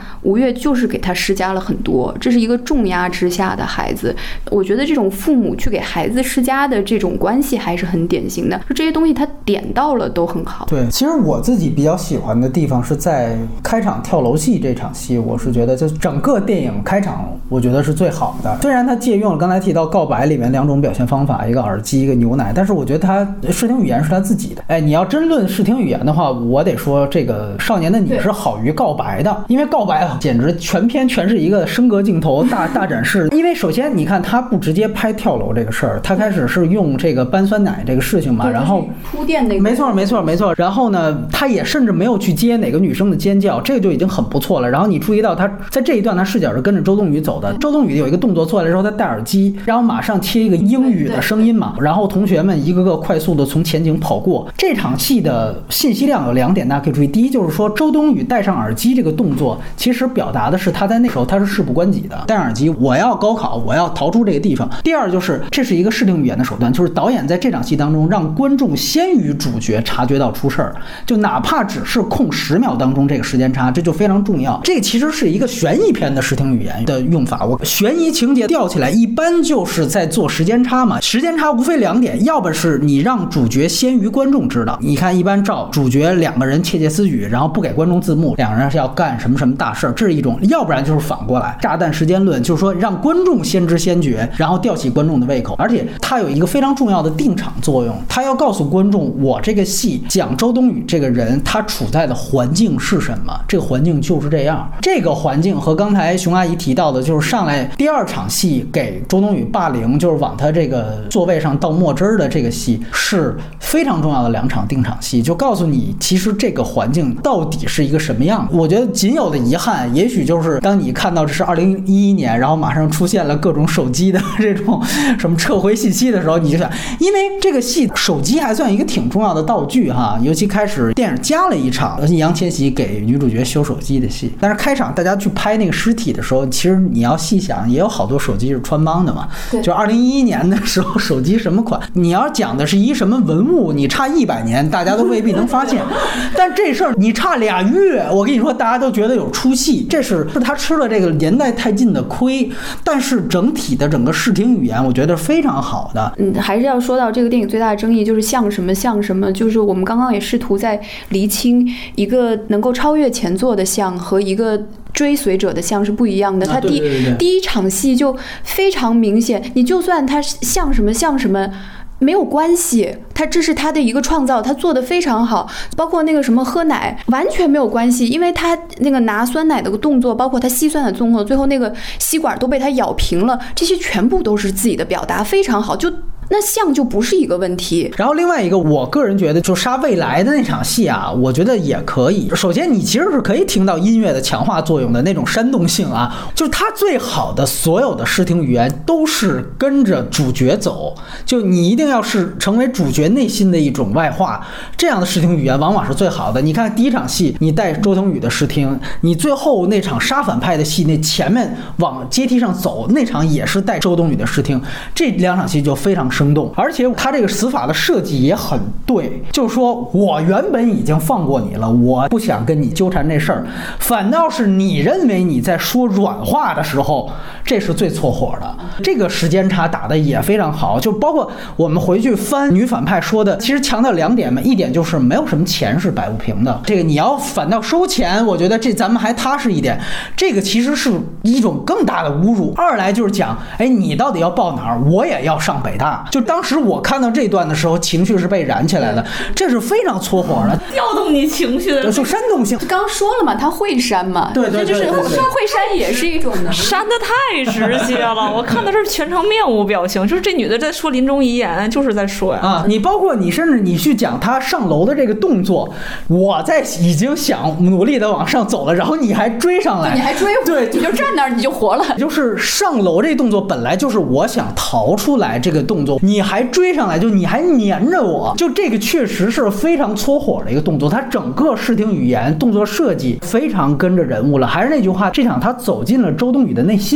B: 吴越就是给他施加了很多，这是一个重压之下的孩子。我觉得这种父母去给孩子施加的这种关系还是很典型的，就这些东西他点到了都很好。
C: 对，其实我自己比较喜欢的地方是在开场跳楼戏这场戏，我是觉得就整个电影开场我觉得是最好的。虽然他借用了刚才提到告白里面2种表现方法，一个耳机一个牛奶，但是我觉得他视听语言是他自己的。哎，你要真论视听语言的话，我得说这个少年的你是好于告白的，因为告白简直全篇全是一个升格镜头大展示。因为首先你看他不直接拍跳楼这个事儿，他开始是用这个搬酸奶这个事情嘛，然后
B: 铺垫那个，
C: 没错。然后呢，他也甚至没有去接哪个女生的尖叫，这个就已经很不错了。然后你注意到他在这一段他视角是跟着周冬雨走的，周冬雨有一个动作做下来之后，他戴耳机，然后马上切一个英语的声音嘛，然后同学们一个个快速的从前景跑过。这场戏的信息量有2点大家可以注意，第一就是说周冬雨戴上耳机这个动作其实表达的是他在那时候他是事不关己的，戴上耳机我要高考，我要逃出这个地方。第二就是这是一个视听语言的手段，就是导演在这场戏当中让观众先于主角察觉到出事儿，就哪怕只是空10秒当中这个时间差，这就非常重要。这个其实是一个悬疑片的视听语言的用法，我悬疑情节吊起来一般就是在做时间差嘛，时间差无非2点，要不是你让主角先于观众知道，你看一般照主角2个人窃窃私语，然后不给观众字幕，2人是要干什么什么大事儿，这是一种；要不然就是反过来炸弹时间论，就是说让观众先知先觉，然后吊起观众的胃口。而且它有一个非常重要的定场作用，它要告诉观众我这个戏讲周冬雨这个人他处在的环境是什么，这个环境就是这样。这个环境和刚才熊阿姨提到的就是上来第2场戏给周冬雨霸凌，就是往他这个座位上倒墨汁的这个戏是非常重要的2场定场戏，就告诉你其实这个环境到底是一个什么样的。我觉得仅有的遗憾也许就是当你看到这是2011年，然后马上出现了各种手机的这种什么撤回信息的时候，你就想，因为这个戏手机还算一个挺重要的道具哈，尤其开始电影加了一场易烊千玺给女主角修手机的戏，但是开场大家去拍那个尸体的时候，其实你要细想也有好多手机是穿帮的嘛，就2011年的时候手机什么款，你要讲的是一什么文物，你差100年大家都未必能发现，但这事儿你差2月，我跟你说大家都觉得有出戏，这是他吃了这个年代太近的亏，但是整体的整个视听语言我觉得非常好的。
B: 还是要说到这个电影最大的争议就是像什么像什么，就是我们刚刚也试图在厘清一个能够超越前作的像和一个追随者的像是不一样的。他第一场戏就非常明显，你就算他像什么像什么没有关系，这是他的一个创造，他做得非常好。包括那个什么喝奶完全没有关系，因为他那个拿酸奶的动作，包括他吸酸的动作，最后那个吸管都被他咬平了，这些全部都是自己的表达，非常好，就那像就不是一个问题。
C: 然后另外一个我个人觉得就杀未来的那场戏啊，我觉得也可以。首先你其实是可以听到音乐的强化作用的那种煽动性啊，就是它最好的所有的视听语言都是跟着主角走，就你一定要是成为主角内心的一种外化，这样的视听语言往往是最好的。你看第一场戏你带周冬雨的视听，你最后那场杀反派的戏，那前面往阶梯上走那场也是带周冬雨的视听，这2场戏就非常生动。而且他这个死法的设计也很对，就是说我原本已经放过你了，我不想跟你纠缠这事儿，反倒是你认为你在说软话的时候，这是最搓火的。这个时间差打得也非常好，就包括我们回去翻女反派说的，其实强调2点嘛，一点就是没有什么钱是摆不平的，这个你要反倒收钱，我觉得这咱们还踏实一点，这个其实是一种更大的侮辱。二来就是讲，哎，你到底要报哪儿，我也要上北大。就当时我看到这段的时候，情绪是被燃起来的，这是非常搓火的，
A: 调动你情绪的，
C: 就煽动性。
B: 刚说了嘛，他会煽嘛，
C: 对，
B: 就是会煽也是一种的，
A: 煽的太直接了。我看的是全程面无表情，就是这女的在说临终遗言，就是在说呀。
C: 啊，你包括你甚至你去讲她上楼的这个动作，我在已经想努力的往上走了，然后你还追上来，
B: 你还追我，
C: 对，
B: 你就站那儿你就活了。
C: 就是上楼这动作本来就是我想逃出来这个动作，你还追上来，就你还黏着我，就这个确实是非常搓火的一个动作。它整个视听语言动作设计非常跟着人物了。还是那句话，这场他走进了周冬雨的内心，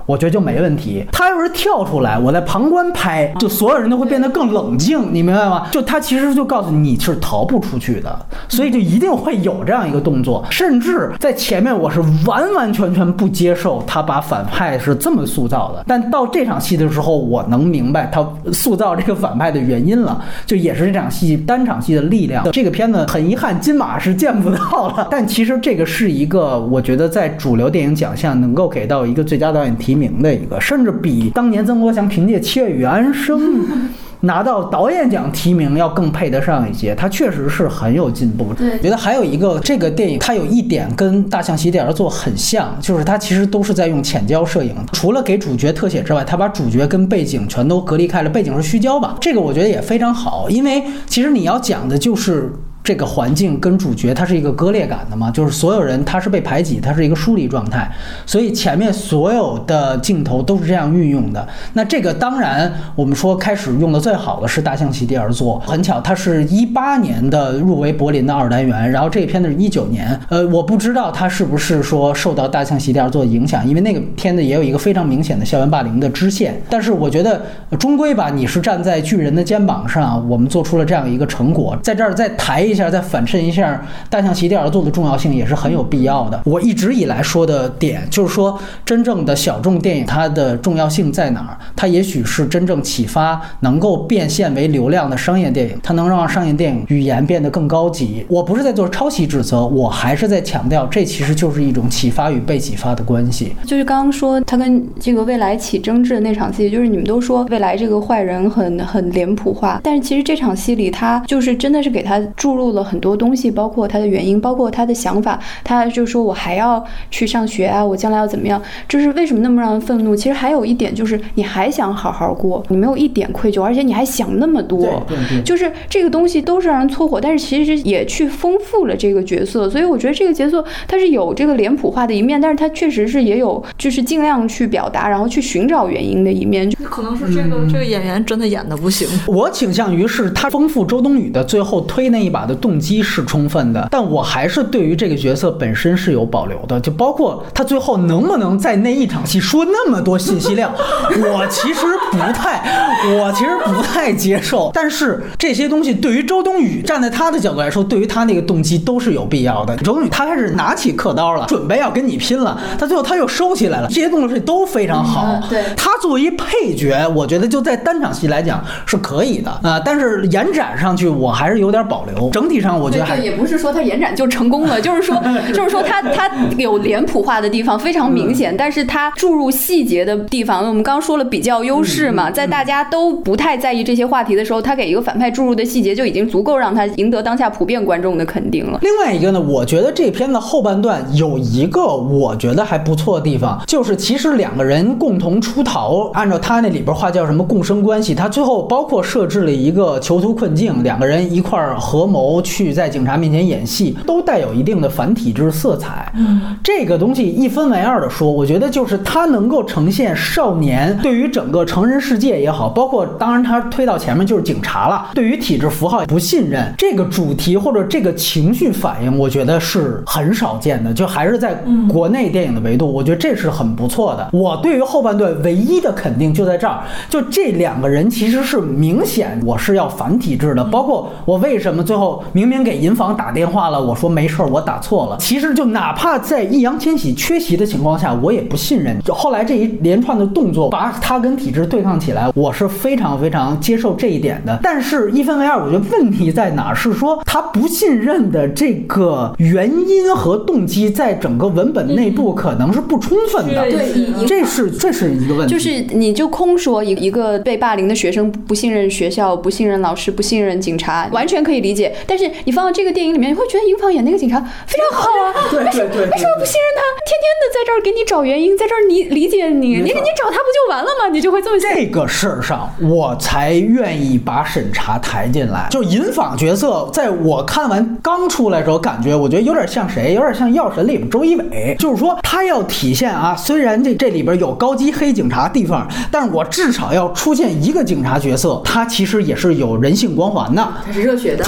C: 我觉得就没问题。他要是跳出来，我在旁观拍，就所有人都会变得更冷静，你明白吗？就他其实就告诉你是逃不出去的，所以就一定会有这样一个动作。甚至在前面我是完完全全不接受他把反派是这么塑造的，但到这场戏的时候，我能明白他塑造这个反派的原因了，就也是这场戏单场戏的力量。这个片子很遗憾金马是见不到了，但其实这个是一个我觉得在主流电影奖项能够给到一个最佳导演提名的一个，甚至比当年曾国祥凭借《七月与安生》拿到导演奖提名要更配得上一些，它确实是很有进步。
B: 对，
C: 觉得还有一个这个电影它有一点跟大象席地而坐很像，就是它其实都是在用浅焦摄影，除了给主角特写之外，它把主角跟背景全都隔离开了，背景是虚焦吧，这个我觉得也非常好，因为其实你要讲的就是这个环境跟主角它是一个割裂感的嘛，就是所有人他是被排挤，他是一个疏离状态，所以前面所有的镜头都是这样运用的。那这个当然我们说开始用的最好的是大象席地而坐，很巧它是18年的入围柏林的2单元，然后这个片子是19年，我不知道它是不是说受到大象席地而坐的影响，因为那个片子也有一个非常明显的校园霸凌的支线，但是我觉得终归吧，你是站在巨人的肩膀上，我们做出了这样一个成果，在这儿再抬一下，再反衬一下大象席地而坐的重要性也是很有必要的。我一直以来说的点就是说，真正的小众电影它的重要性在哪儿？它也许是真正启发能够变现为流量的商业电影，它能让商业电影语言变得更高级。我不是在做抄袭指责，我还是在强调，这其实就是一种启发与被启发的关系。
B: 就是刚刚说他跟这个未来起争执的那场戏，就是你们都说未来这个坏人很脸谱化，但是其实这场戏里他就是真的是给他注入了很多东西，包括他的原因，包括他的想法。他就说我还要去上学啊，我将来要怎么样，就是为什么那么让人愤怒。其实还有一点就是你还想好好过，你没有一点愧疚，而且你还想那么多，就是这个东西都是让人搓火，但是其实也去丰富了这个角色。所以我觉得这个角色它是有这个脸谱化的一面，但是它确实是也有就是尽量去表达，然后去寻找原因的一面。
A: 可能是这个演员真的演的不行。
C: 我倾向于是他丰富周冬雨的最后推那一把的动机是充分的，但我还是对于这个角色本身是有保留的，就包括他最后能不能在那一场戏说那么多信息量，我其实不太接受。但是这些东西对于周冬雨站在他的角度来说，对于他那个动机都是有必要的。周冬雨他开始拿起刻刀了，准备要跟你拼了，他最后他又收起来了，这些动作都非常好。
B: 对，
C: 他作为配角，我觉得就在单场戏来讲是可以的但是延展上去我还是有点保留。整体上我觉得还
B: 也不是说他延展就成功了，就是说他有脸谱化的地方非常明显，但是他注入细节的地方，我们刚刚说了比较优势嘛，在大家都不太在意这些话题的时候，他给一个反派注入的细节就已经足够让他赢得当下普遍观众的肯定了。
C: 另外一个呢，我觉得这片的后半段有一个我觉得还不错的地方，就是其实两个人共同出逃，按照他那里边话叫什么共生关系，他最后包括设置了一个囚徒困境，两个人一块儿合谋去在警察面前演戏，都带有一定的反体制色彩。这个东西一分为二的说，我觉得就是它能够呈现少年对于整个成人世界也好，包括当然他推到前面就是警察了，对于体制符号不信任这个主题或者这个情绪反应，我觉得是很少见的，就还是在国内电影的维度，我觉得这是很不错的。我对于后半段唯一的肯定就在这儿，就这两个人其实是明显我是要反体制的，包括我为什么最后明明给银房打电话了，我说没事我打错了，其实就哪怕在易烊千玺缺席的情况下，我也不信任。就后来这一连串的动作把他跟体制对抗起来，我是非常非常接受这一点的。但是一分为二，我觉得问题在哪是说他不信任的这个原因和动机在整个文本内部可能是不充分的。
B: 对，
C: 这是一个问题。
B: 就是你就空说一个被霸凌的学生不信任学校，不信任老师，不信任警察，完全可以理解。但是你放到这个电影里面，你会觉得银房演那个警察非常好啊。
C: 对，
B: 为什么不信任他？天天的在这儿给你找原因，在这儿理解你找他不就完了吗？你就会这么想。
C: 这个事儿上，我才愿意把审查抬进来。就银坊角色，在我看完刚出来的时候，感觉我觉得有点像谁？有点像《药神》里边周一围，就是说他要体现虽然这里边有高级黑警察地方，但是我至少要出现一个警察角色，他其实也是有人性光环的，
B: 他是热血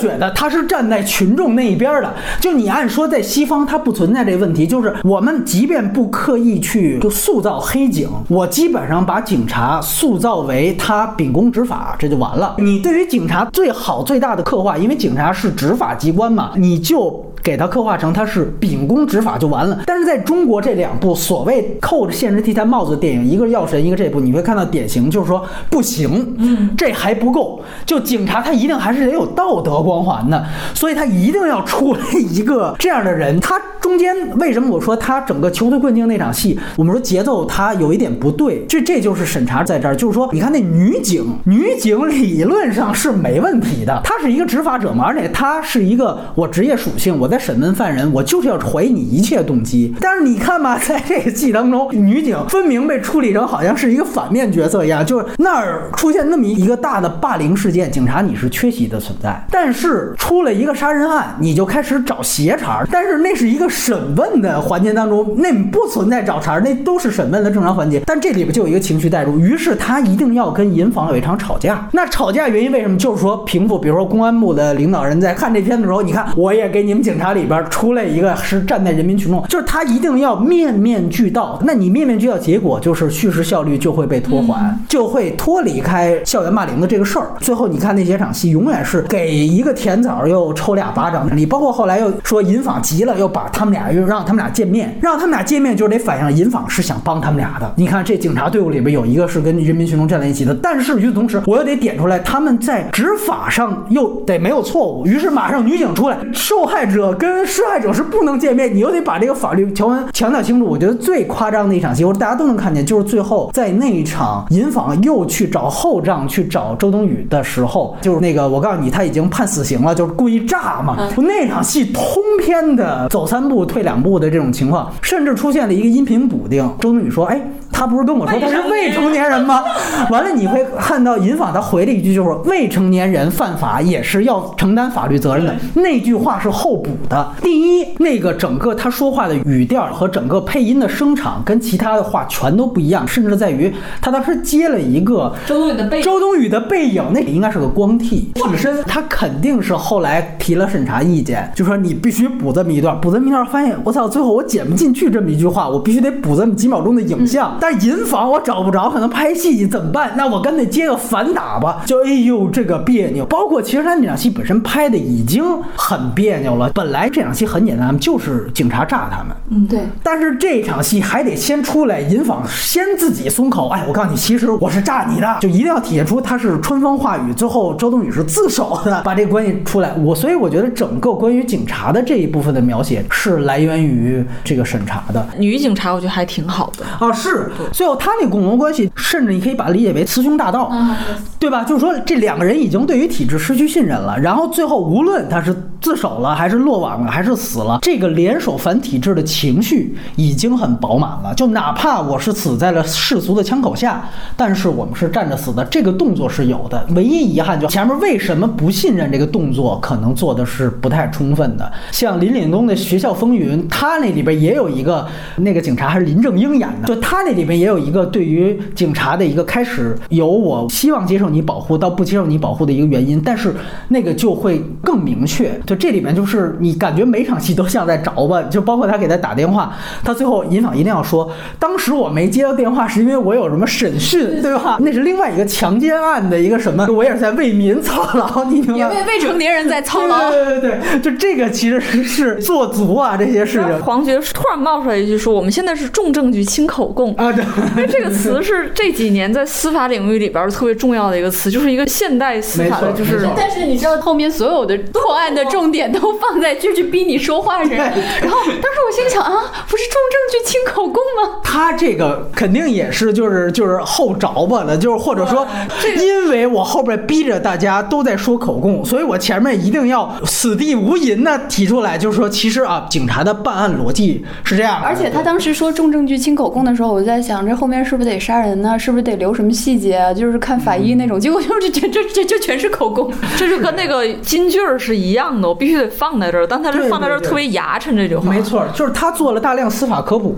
C: 血的，他是站在群众那一边的。就你按说在西方它不存在这个问题，就是我们即便不刻意去就塑造黑警，我基本上把警察塑造为他秉公执法，这就完了。你对于警察最好最大的刻画，因为警察是执法机关嘛，你就给他刻画成他是秉公执法就完了。但是在中国这两部所谓扣着现实题材帽子的电影，一个药神，一个这部，你会看到典型就是说不行，这还不够，就警察他一定还是得有道德光环的，所以他一定要出来一个这样的人。他中间为什么我说他整个囚徒困境那场戏，我们说节奏他有一点不对，这就是审查在这儿，就是说你看那女警理论上是没问题的，她是一个执法者嘛，而且她是一个我职业属性，我在审问犯人，我就是要怀疑你一切动机。但是你看嘛，在这个戏当中，女警分明被处理成好像是一个反面角色一样，就是那儿出现那么一个大的霸凌事件，警察你是缺席的存在，但是出了一个杀人案，你就开始找斜茬，但是那是一个审问的环节当中，那不存在找茬，那都是审问的正常环节。但这里边就有一个情绪带入，于是他一定要跟银坊有一场吵架。那吵架原因为什么？就是说平复，比如说公安部的领导人在看这片的时候，你看我也给你们警察里边出来一个是站在人民群众，就是他一定要面面俱到。那你面面俱到，结果就是叙事效率就会被拖缓，就会脱离开校园霸凌的这个事儿。最后你看那些场戏，永远是给一个甜枣又抽俩巴掌。你包括后来又说银坊急了，又把他们俩又让他们俩见面，就是得反映银坊是想帮他们俩的。你看这警察队伍里边有一个是跟人民群众站在一起的，但是与此同时我又得点出来他们在执法上又得没有错误，于是马上女警出来，受害者跟施害者是不能见面，你又得把这个法律条文强调清楚。我觉得最夸张的一场戏，大家都能看见，就是最后在那一场银坊又去找后账去找周冬雨的时候，就是那个我告诉你他已经判死刑了，就是故意炸嘛。那场戏通篇的走3步退2步的这种情况，甚至出现了一个音频补丁，周冬雨说他不是跟我说他是未成年人吗？完了你会看到银坊他回了一句，就是未成年人犯法也是要承担法律责任的。那句话是后补的。第一，那个整个他说话的语调和整个配音的声场跟其他的话全都不一样，甚至在于他当时接了一个周冬雨的背影，那个应该是个光替替身，他肯定是后来提了审查意见，就说你必须补这么一段，发现我操，最后我剪不进去这么一句话，我必须得补这么几秒钟的影像。但是银坊我找不着，可能拍戏怎么办？那我干脆接个反打吧，就这个别扭。包括其实他那场戏本身拍的已经很别扭了，本来这场戏很简单，就是警察炸他们，
B: 对。
C: 但是这场戏还得先出来，银坊先自己松口，我告诉你，其实我是炸你的，就一定要体现出他是春风化雨。最后周冬雨是自首的，把这个关系出来。所以我觉得整个关于警察的这一部分的描写是来源于这个审查的。
A: 女警察我觉得还挺好的
C: 啊，是。最后他那共同关系，甚至你可以把它理解为雌雄大盗，对吧？就是说这两个人已经对于体制失去信任了，然后最后无论他是自首了，还是落网了，还是死了，这个联手反体制的情绪已经很饱满了。就哪怕我是死在了世俗的枪口下，但是我们是站着死的，这个动作是有的。唯一遗憾就前面为什么不信任这个动作，可能做的是不太充分的。像林岭东的《学校风云》，他那里边也有一个那个警察还是林正英演的，就他那里边也有一个对于警察的一个开始由我希望接受你保护到不接受你保护的一个原因，但是那个就会更明确。就这里面就是你感觉每场戏都像在着吧，就包括他给他打电话，他最后银坊一定要说当时我没接到电话是因为我有什么审讯，对吧？那是另外一个强奸案的一个什么，我也是在为民操劳，你明白？
B: 也为未成年人在操劳。
C: 对，就这个其实是做足啊这些事情。
A: 黄觉突然冒出来一句说我们现在是重证据轻口供
C: 啊，对，
A: 因为这个词是这几年在司法领域里边特别重要的一个词，就是一个现代司法的，就是。
B: 但是你知道后面所有的破案的重点都放在就是逼你说话人，然后当时我心想啊，不是重证据轻口供吗？
C: 他这个肯定也是就是后着吧的，就是或者说因为我后边逼着大家都在说口供，所以我前面一定要死地无银的提出来，就是说其实啊，警察的办案逻辑是这样的。
B: 而且他当时说重证据轻口供的时候，我在想这后面是不是得杀人呢？是不是得留什么细节啊？就是看法医那种，结果就是这全是口供，
A: 这就跟那个金句是一样的，我必须得放在这儿，但他是放在这儿特别牙碜这句话。
C: 没错，就是他做了大量司法科普嘛，包括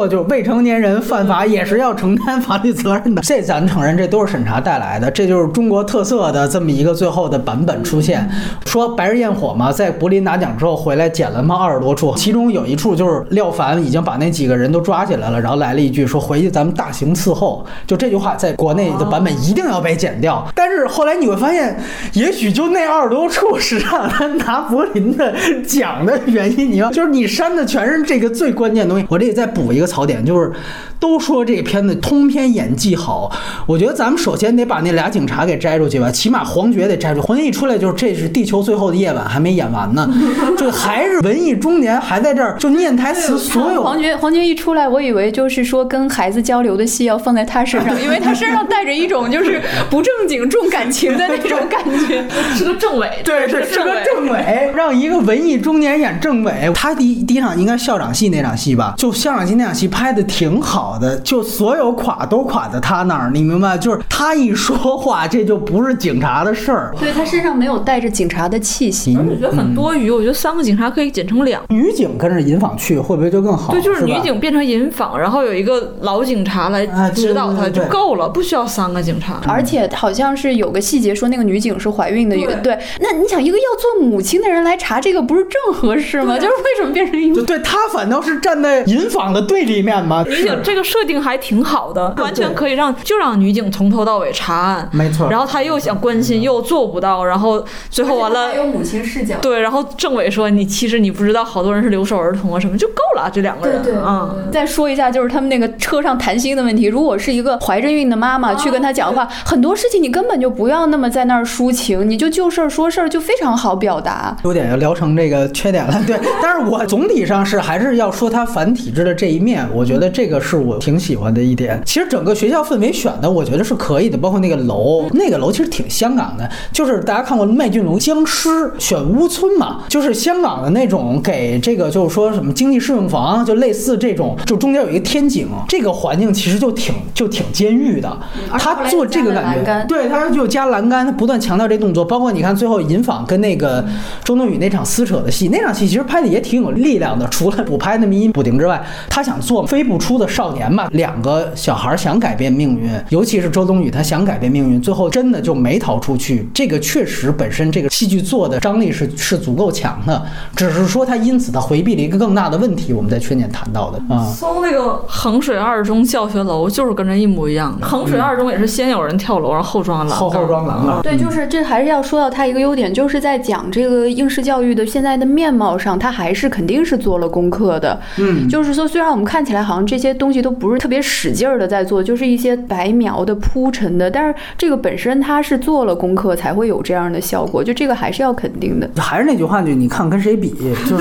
C: 过就是未成年人犯法也是要承担法律责任的，这咱承认这都是审查带来的，这就是中国特色的这么一个最后的版本出现。说白日焰火嘛，在柏林拿奖之后回来剪了嘛20多处，其中有一处就是廖凡已经把那几个人都抓起来了，然后来了一句说回去咱们大刑伺候，就这句话在国内的版本一定要被剪掉。但是后来你会发现，也许就那20多处是让他拿柏林的奖的原因，就是你删的全是这个最关键的东西。我这里再补一个槽点，就是都说这个片子通篇演技好，我觉得咱们首先得把那俩警察给摘出去吧，起码黄觉得摘出去。黄觉一出来就是这是地球最后的夜晚还没演完呢，这还是文艺中年还在这儿就念台词，所有
B: 黄觉一出来，我以为就是说跟孩子交流的戏要放在他身上，因为他身上带着一种就是不正经重感情的那种感觉，
A: 是个政委，
C: 对，是个政委，让一个文艺中年演政委。他第一场应该校长戏那场戏吧，就校长戏那场戏拍的挺好的，就所有垮都垮在他那儿，你明白？就是他一说话，这就不是警察的事儿。
B: 对，他身上没有带着警察的气息，
A: 我觉得很多余。我觉得3个警察可以剪成2，
C: 女警跟着银坊去，会不会就更好？
A: 对，就是女警变成银坊，然后有一个老警察来指导他就够了，不需要3个警察。
B: 而且好像是有个细节说那个女警是怀孕的，对。那你想，一个要做母亲的人来查这个，不是正合适吗？就是为什么变成一个？
C: 对，他反倒是站在银坊的对立面嘛。
A: 女警这个设定还挺好的，完全可以让女警从头到尾查案，没错。然后他又想关心，又做不到，然后最后完了
B: 还有母亲视角。
A: 对，然后政委说其实你不知道，好多人是留守儿童啊什么，就够了这2个人。
B: 对，再说一下就是他们那个车上谈心的问题。如果是一个怀着孕的妈妈去跟他讲话，很多事情你根本就不要那么在那儿抒情，你就事儿说事儿，就非常好表达。
C: 优点要聊成这个缺点了，对。但是我总体上还是要说他反体制的这一面，我觉得这个是我挺喜欢的一点。其实整个学校氛围选的，我觉得是可以的，包括那个楼其实挺香港的，就是大家看过麦浚龙僵尸选屋村嘛，就是香港的那种给这个就是说什么经济适用房，就类似这种，就中间有一个天井，这个环境其实就挺监狱的。他做这个感觉，对，他就加栏杆，他不断强调这动作。包括你看最后银坊跟那个周冬雨那场撕扯的戏，那场戏其实拍的也挺有力量的，除了补拍那么一补丁之外，他想做飞不出的少年嘛，2个小孩想改变命运，尤其是周冬雨，他想改变命运，最后真的就没逃出去。这个确实本身这个戏剧做的张力是足够强的，只是说他因此他回避了一个更大的问题，我们在去年谈到的
A: 搜那个衡水2中教学楼就是跟这一模一样的。衡水2中也是先有人跳楼，然后后装栏杆。
B: 对，就是这还是要说到他一个优点，就是在讲这个应试教育的现在的面貌上，他还是肯定是做了功课的。就是说虽然我们看起来好像这些东西都不是特别使劲的在做，就是一些白描的铺陈的，但是这个本身它是做了功课才会有这样的效果，就这个还是要肯定的。
C: 还是那句话，就你看跟谁比，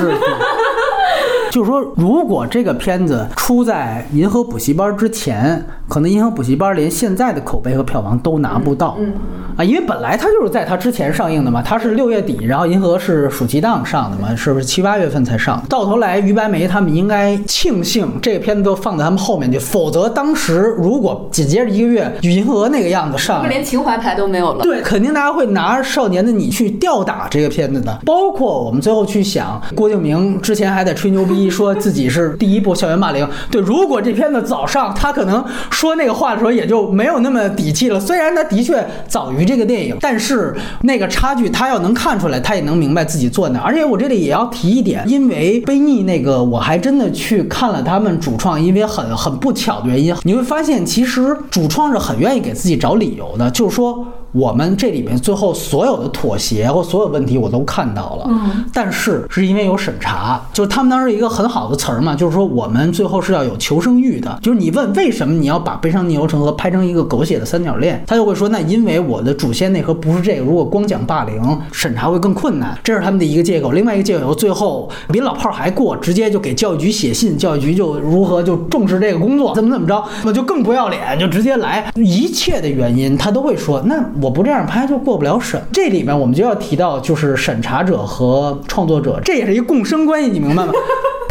C: 就是说，如果这个片子出在《银河补习班》之前，可能《银河补习班》连现在的口碑和票房都拿不到因为本来它就是在它之前上映的嘛，它是6月底，然后《银河》是暑期档上的嘛，是不是7、8月份才上？到头来，于白眉他们应该庆幸这个片子都放在他们后面去，否则当时如果紧接着1个月《银河》那个样子上，
B: 连情怀牌都没有了。
C: 对，肯定大家会拿《少年的你》去吊打这个片子的。包括我们最后去想，郭敬明之前还在吹牛逼说自己是第1部校园霸凌，对，如果这片子早上，他可能说那个话的时候也就没有那么底气了。虽然他的确早于这个电影，但是那个差距他要能看出来，他也能明白自己做哪。而且我这里也要提一点，因为悲逆那个我还真的去看了他们主创，因为很不巧的原因，你会发现其实主创是很愿意给自己找理由的，就是说我们这里面最后所有的妥协或所有问题我都看到了，但是因为有审查，就是他们当时一个很好的词儿嘛，就是说我们最后是要有求生欲的，就是你问为什么你要把悲伤逆流成河拍成一个狗血的3角恋，他就会说那因为我的主线内核不是这个，如果光讲霸凌审查会更困难，这是他们的一个借口。另外一个借口最后比老炮还过，直接就给教育局写信，教育局就如何就重视这个工作，怎么着，那就更不要脸，就直接来，一切的原因他都会说那我不这样拍就过不了审。这里面我们就要提到就是审查者和创作者，这也是一个共生关系，你明白吗？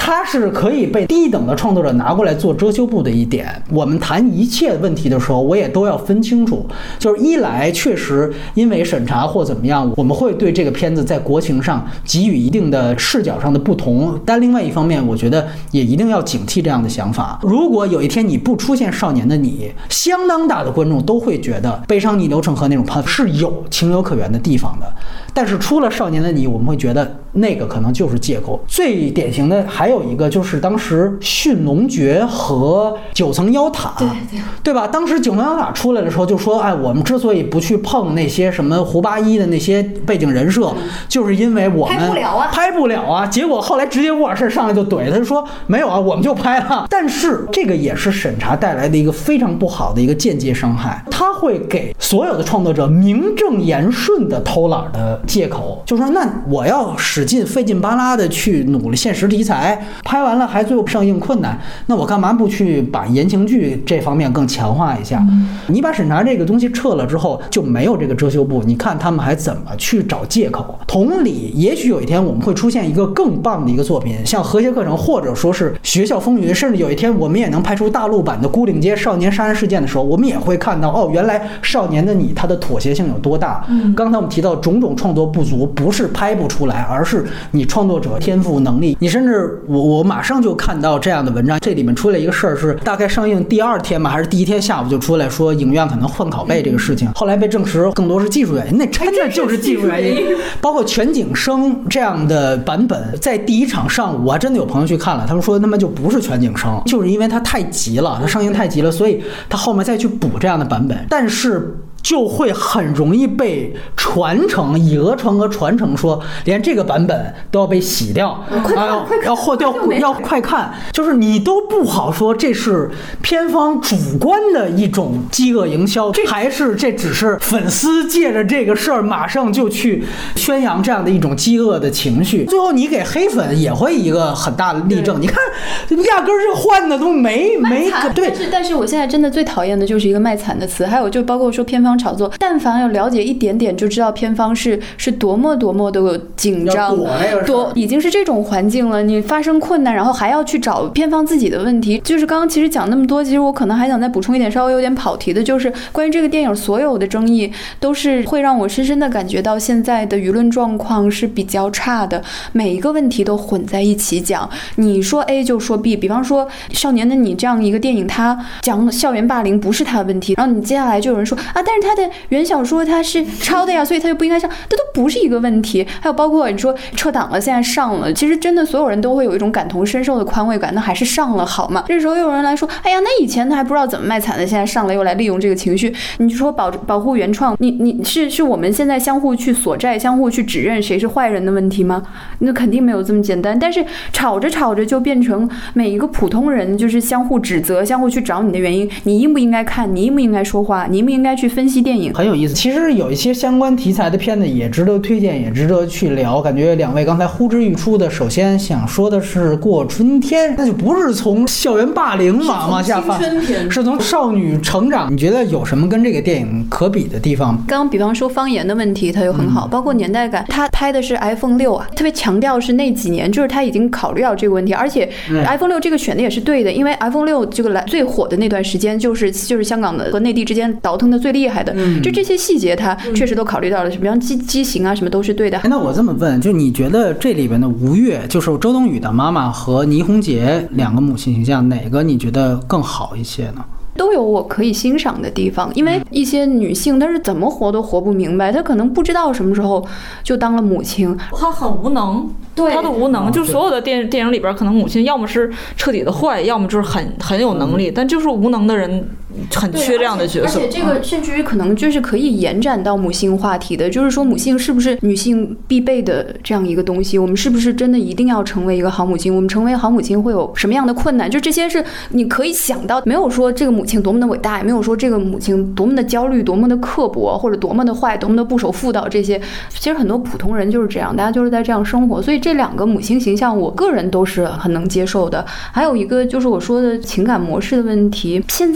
C: 它是可以被低等的创作者拿过来做遮羞布的一点。我们谈一切问题的时候，我也都要分清楚，就是一来确实因为审查或怎么样，我们会对这个片子在国情上给予一定的视角上的不同，但另外一方面，我觉得也一定要警惕这样的想法。如果有一天你不出现少年的你，相当大的观众都会觉得悲伤逆流成河那种判是有情有可原的地方的，但是出了少年的你，我们会觉得那个可能就是借口。最典型的还有一个就是当时驯龙诀和九层妖塔，对吧？当时九层妖塔出来的时候就说，哎，我们之所以不去碰那些什么胡八一的那些背景人设，就是因为我们拍不了啊。结果后来直接沃尔士上来就怼他，就说没有啊，我们就拍了。但是这个也是审查带来的一个非常不好的一个间接伤害，它会给所有的创作者名正言顺的偷懒的借口，就说那我要使劲费劲巴拉的去努力现实题材，拍完了还最后上映困难，那我干嘛不去把言情剧这方面更强化一下？你把审查这个东西撤了之后，就没有这个遮羞布，你看他们还怎么去找借口？同理，也许有一天我们会出现一个更棒的一个作品，像和谐课程或者说是学校风云，甚至有一天我们也能拍出大陆版的孤岭街少年杀人事件的时候，我们也会看到，哦，原来少年的你他的妥协性有多大。刚才我们提到种种创作不足，不是拍不出来，而是你创作者天赋能力。你甚至我马上就看到这样的文章，这里面出来一个事儿，是大概上映第二天吧，还是第一天下午就出来说影院可能换拷贝这个事情，后来被证实更多是技术原因，那真的就是技术原因。包括全景声这样的版本，在第一场上午，我还真的有朋友去看了，他们说那么就不是全景声，就是因为它太急了，它上映太急了，所以他后面再去补这样的版本，但是就会很容易被传承，以讹传讹，传承说连这个版本都要被洗掉，要快看，就是你都不好说这是片方主观的一种饥饿营销，还是这只是粉丝借着这个事儿马上就去宣扬这样的一种饥饿的情绪。最后你给黑粉也会一个很大的例证，你看压根儿这换的都没对。
B: 但是我现在真的最讨厌的就是一个卖惨的词，还有就包括说片方炒作，但凡要了解一点点就知道片方是多么的紧张，已经是这种环境了，你发生困难然后还要去找片方自己的问题。就是刚刚其实讲那么多，其实我可能还想再补充一点稍微有点跑题的，就是关于这个电影所有的争议都是会让我深深的感觉到现在的舆论状况是比较差的，每一个问题都混在一起讲，你说 A 就说 B。 比方说少年的你这样一个电影，它讲校园霸凌不是他的问题，然后你接下来就有人说啊，但是他的原小说他是抄的呀，所以他就不应该上，这都不是一个问题。还有包括你说撤档了现在上了，其实真的所有人都会有一种感同身受的宽慰感，那还是上了好吗？这时候又有人来说，哎呀，那以前他还不知道怎么卖惨的，现在上了又来利用这个情绪，你就说保护原创，你是我们现在相互去索债，相互去指认谁是坏人的问题吗？那肯定没有这么简单。但是吵着就变成每一个普通人就是相互指责，相互去找你的原因，你应不应该看，你应不应该说话，你应不应该去分析电影，
C: 很有意思。其实有一些相关题材的片子也值得推荐，也值得去聊。感觉两位刚才呼之欲出的，首先想说的是过春天，那就不是从校园霸凌往下发，是从少女成长。你觉得有什么跟这个电影可比的地方？
B: 刚比方说方言的问题它就很好，包括年代感，他拍的是 iPhone 6啊，特别强调是那几年，就是他已经考虑到这个问题，而且 iPhone 6这个选的也是对的，因为 iPhone 6这个最火的那段时间就是香港的和内地之间倒腾的最厉害的，就这些细节他确实都考虑到了，比方畸形啊什么都是对的。
C: 那我这么问，就你觉得这里边的吴越，就是周冬雨的妈妈和倪虹洁两个母亲形象，哪个你觉得更好一些呢？
B: 都有我可以欣赏的地方，因为一些女性她是怎么活都活不明白，她可能不知道什么时候就当了母亲，
A: 她很无能，对，她的无能就是所有的电影里边，可能母亲要么是彻底的坏，要么就是很有能力，但就是无能的人很缺这样的角色。
B: 而且这个甚至于可能就是可以延展到母性话题的，就是说母性是不是女性必备的这样一个东西，我们是不是真的一定要成为一个好母亲，我们成为好母亲会有什么样的困难，就这些是你可以想到，没有说这个母亲多么的伟大，也没有说这个母亲多么的焦虑，多么的刻薄，或者多么的坏，多么的不守妇道，这些其实很多普通人就是这样，大家就是在这样生活，所以这两个母性形象我个人都是很能接受的。还有一个就是我说的情感模式的问题，现在我们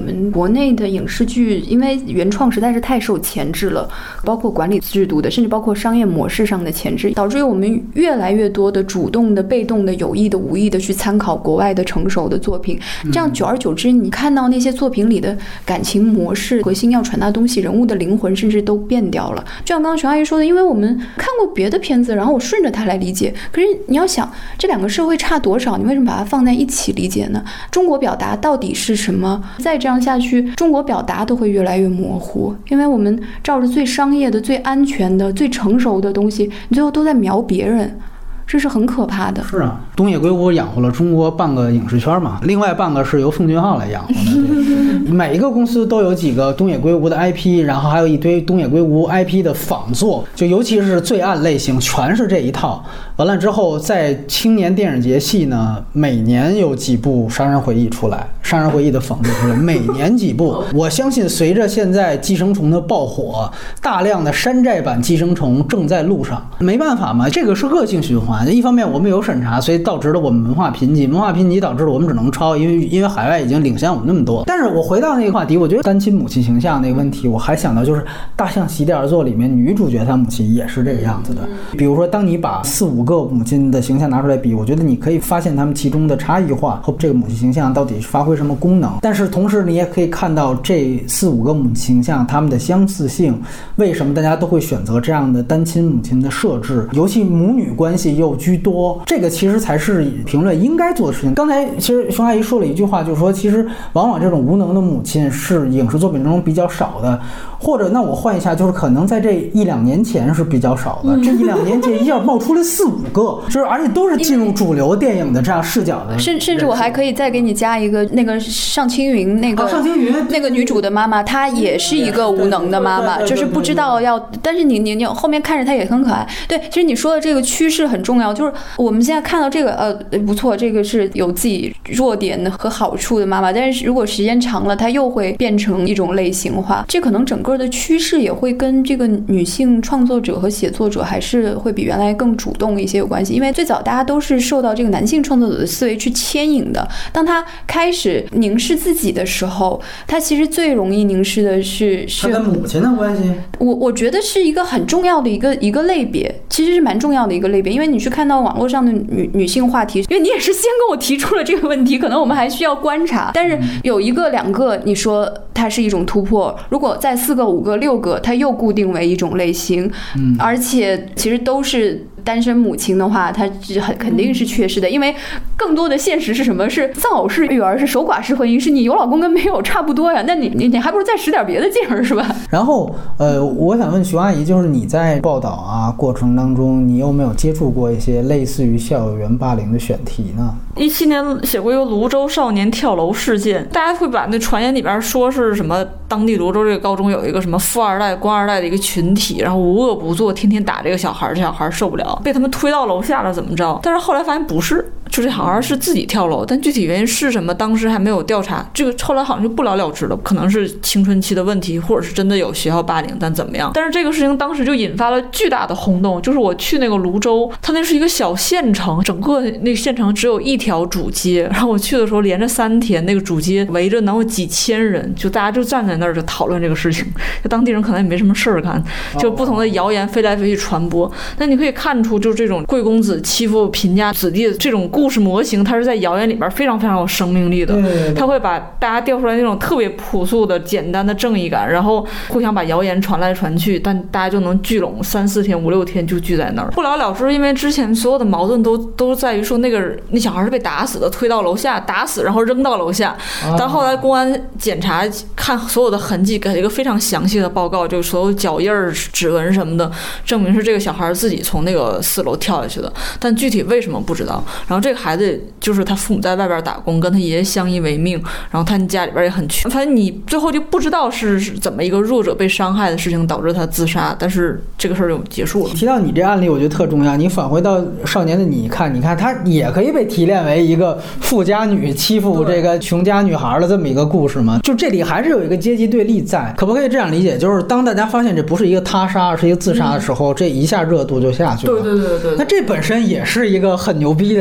B: 们国内的影视剧，因为原创实在是太受钳制了，包括管理制度的，甚至包括商业模式上的钳制，导致于我们越来越多的主动的、被动的、有意的、无意的去参考国外的成熟的作品，这样久而久之，你看到那些作品里的感情模式、核心要传达东西、人物的灵魂，甚至都变掉了。就像刚刚熊阿姨说的，因为我们看过别的片子，然后我顺着它来理解，可是你要想这两个社会差多少，你为什么把它放在一起理解呢？中国表达到底是什么？再这样下去，中国表达都会越来越模糊，因为我们照着最商业的、最安全的、最成熟的东西，你最后都在瞄别人，这是很可怕的。
C: 是啊，东野圭吾养活了中国半个影视圈嘛，另外半个是由奉俊昊来养活的。每一个公司都有几个东野圭吾的 IP， 然后还有一堆东野圭吾 IP 的仿作，就尤其是罪案类型，全是这一套。完了之后，在青年电影节系呢，每年有几部《杀人回忆》出来，《杀人回忆》的仿作出来，每年几部。我相信随着现在《寄生虫》的爆火，大量的山寨版《寄生虫》正在路上。没办法嘛，这个是恶性循环。一方面我们有审查，所以导致了我们文化贫瘠，文化贫瘠导致了我们只能抄，因为海外已经领先我们那么多。但是我回到那个话题，我觉得单亲母亲形象那个问题，我还想到就是《大象席地而坐》里面女主角她母亲也是这个样子的。比如说，当你把4-5个母亲的形象拿出来比，我觉得你可以发现他们其中的差异化和这个母亲形象到底发挥什么功能。但是同时你也可以看到这4-5个母亲形象他们的相似性，为什么大家都会选择这样的单亲母亲的设置，尤其母女关系又居多，这个其实才是评论应该做的事情。刚才其实熊阿姨说了一句话，就是说其实往往这种无能的母亲是影视作品中比较少的，或者那我换一下，就是可能在这1-2年前是比较少的，这1-2年前一下冒出了4-5个，就是而且都是进入主流电影的这样视角的。
B: 甚至我还可以再给你加一个，那个上青云那个、
C: 上青云
B: 那个女主的妈妈，她也是一个无能的妈妈，就是不知道要，但是你后面看着她也很可爱。对，其实你说的这个趋势很重要，就是我们现在看到这个不错，这个是有自己弱点和好处的妈妈，但是如果时间长了，它又会变成一种类型化，这可能整个的趋势也会跟这个女性创作者和写作者还是会比原来更主动一些有关系。因为最早大家都是受到这个男性创作者的思维去牵引的，当他开始凝视自己的时候，他其实最容易凝视的是
C: 他跟母亲的关系。
B: 我觉得是一个很重要的一个类别，其实是蛮重要的一个类别。因为你去看到网络上的女性话题，因为你也是先跟我提出了这个问题，可能我们还需要观察。但是有1个2个，你说它是一种突破，如果再4个5个6个，它又固定为一种类型，而且其实都是单身母亲的话，她肯定是缺失的。因为更多的现实是什么？是丧偶式育儿，是守寡式婚姻，是你有老公跟没有差不多呀。那你还不如再使点别的劲儿，是吧？
C: 然后我想问熊阿姨，就是你在报道过程当中，你有没有接触过一些类似于校友园霸凌的选题呢
A: ？17年写过一个泸州少年跳楼事件，大家会把那传言里边说是什么当地泸州这个高中有一个什么富二代官二代的一个群体，然后无恶不作，天天打这个小孩，这小孩受不了，被他们推到楼下了怎么着。但是后来发现不是，就这小孩是自己跳楼，但具体原因是什么当时还没有调查，这个后来好像就不了了之了，可能是青春期的问题，或者是真的有学校霸凌，但怎么样。但是这个事情当时就引发了巨大的轰动，就是我去那个泸州，它那是一个小县城，整个那个县城只有一条主街，然后我去的时候连着3天，那个主街围着能有几千人，就大家就站在那儿就讨论这个事情，就当地人可能也没什么事儿干，就不同的谣言飞来飞去传播。那你可以看出，就是这种贵公子欺负贫家子弟的这种故事模型，它是在谣言里边非常非常有生命力的。它会把大家调出来那种特别朴素的简单的正义感，然后互相把谣言传来传去，但大家就能聚拢3-4天5-6天就聚在那儿，不了了之。因为之前所有的矛盾都在于说那小孩是被打死的，推到楼下打死，然后扔到楼下。但后来公安检查看所有的痕迹，给了一个非常详细的报告，就是所有脚印儿、指纹什么的，证明是这个小孩自己从那个4楼跳下去的。但具体为什么不知道。然后这个孩子就是他父母在外边打工，跟他爷爷相依为命，然后他家里边也很穷，反正你最后就不知道是怎么一个弱者被伤害的事情导致他自杀，但是这个事儿就结束了。
C: 提到你这案例，我觉得特重要。你返回到少年的你看他也可以被提炼为一个富家女欺负这个穷家女孩的这么一个故事吗？就这里还是有一个阶级对立在，可不可以这样理解？就是当大家发现这不是一个他杀，而是一个自杀的时候，这一下热度就下去了。
A: 对。那
C: 这本身也是一个很牛逼的一个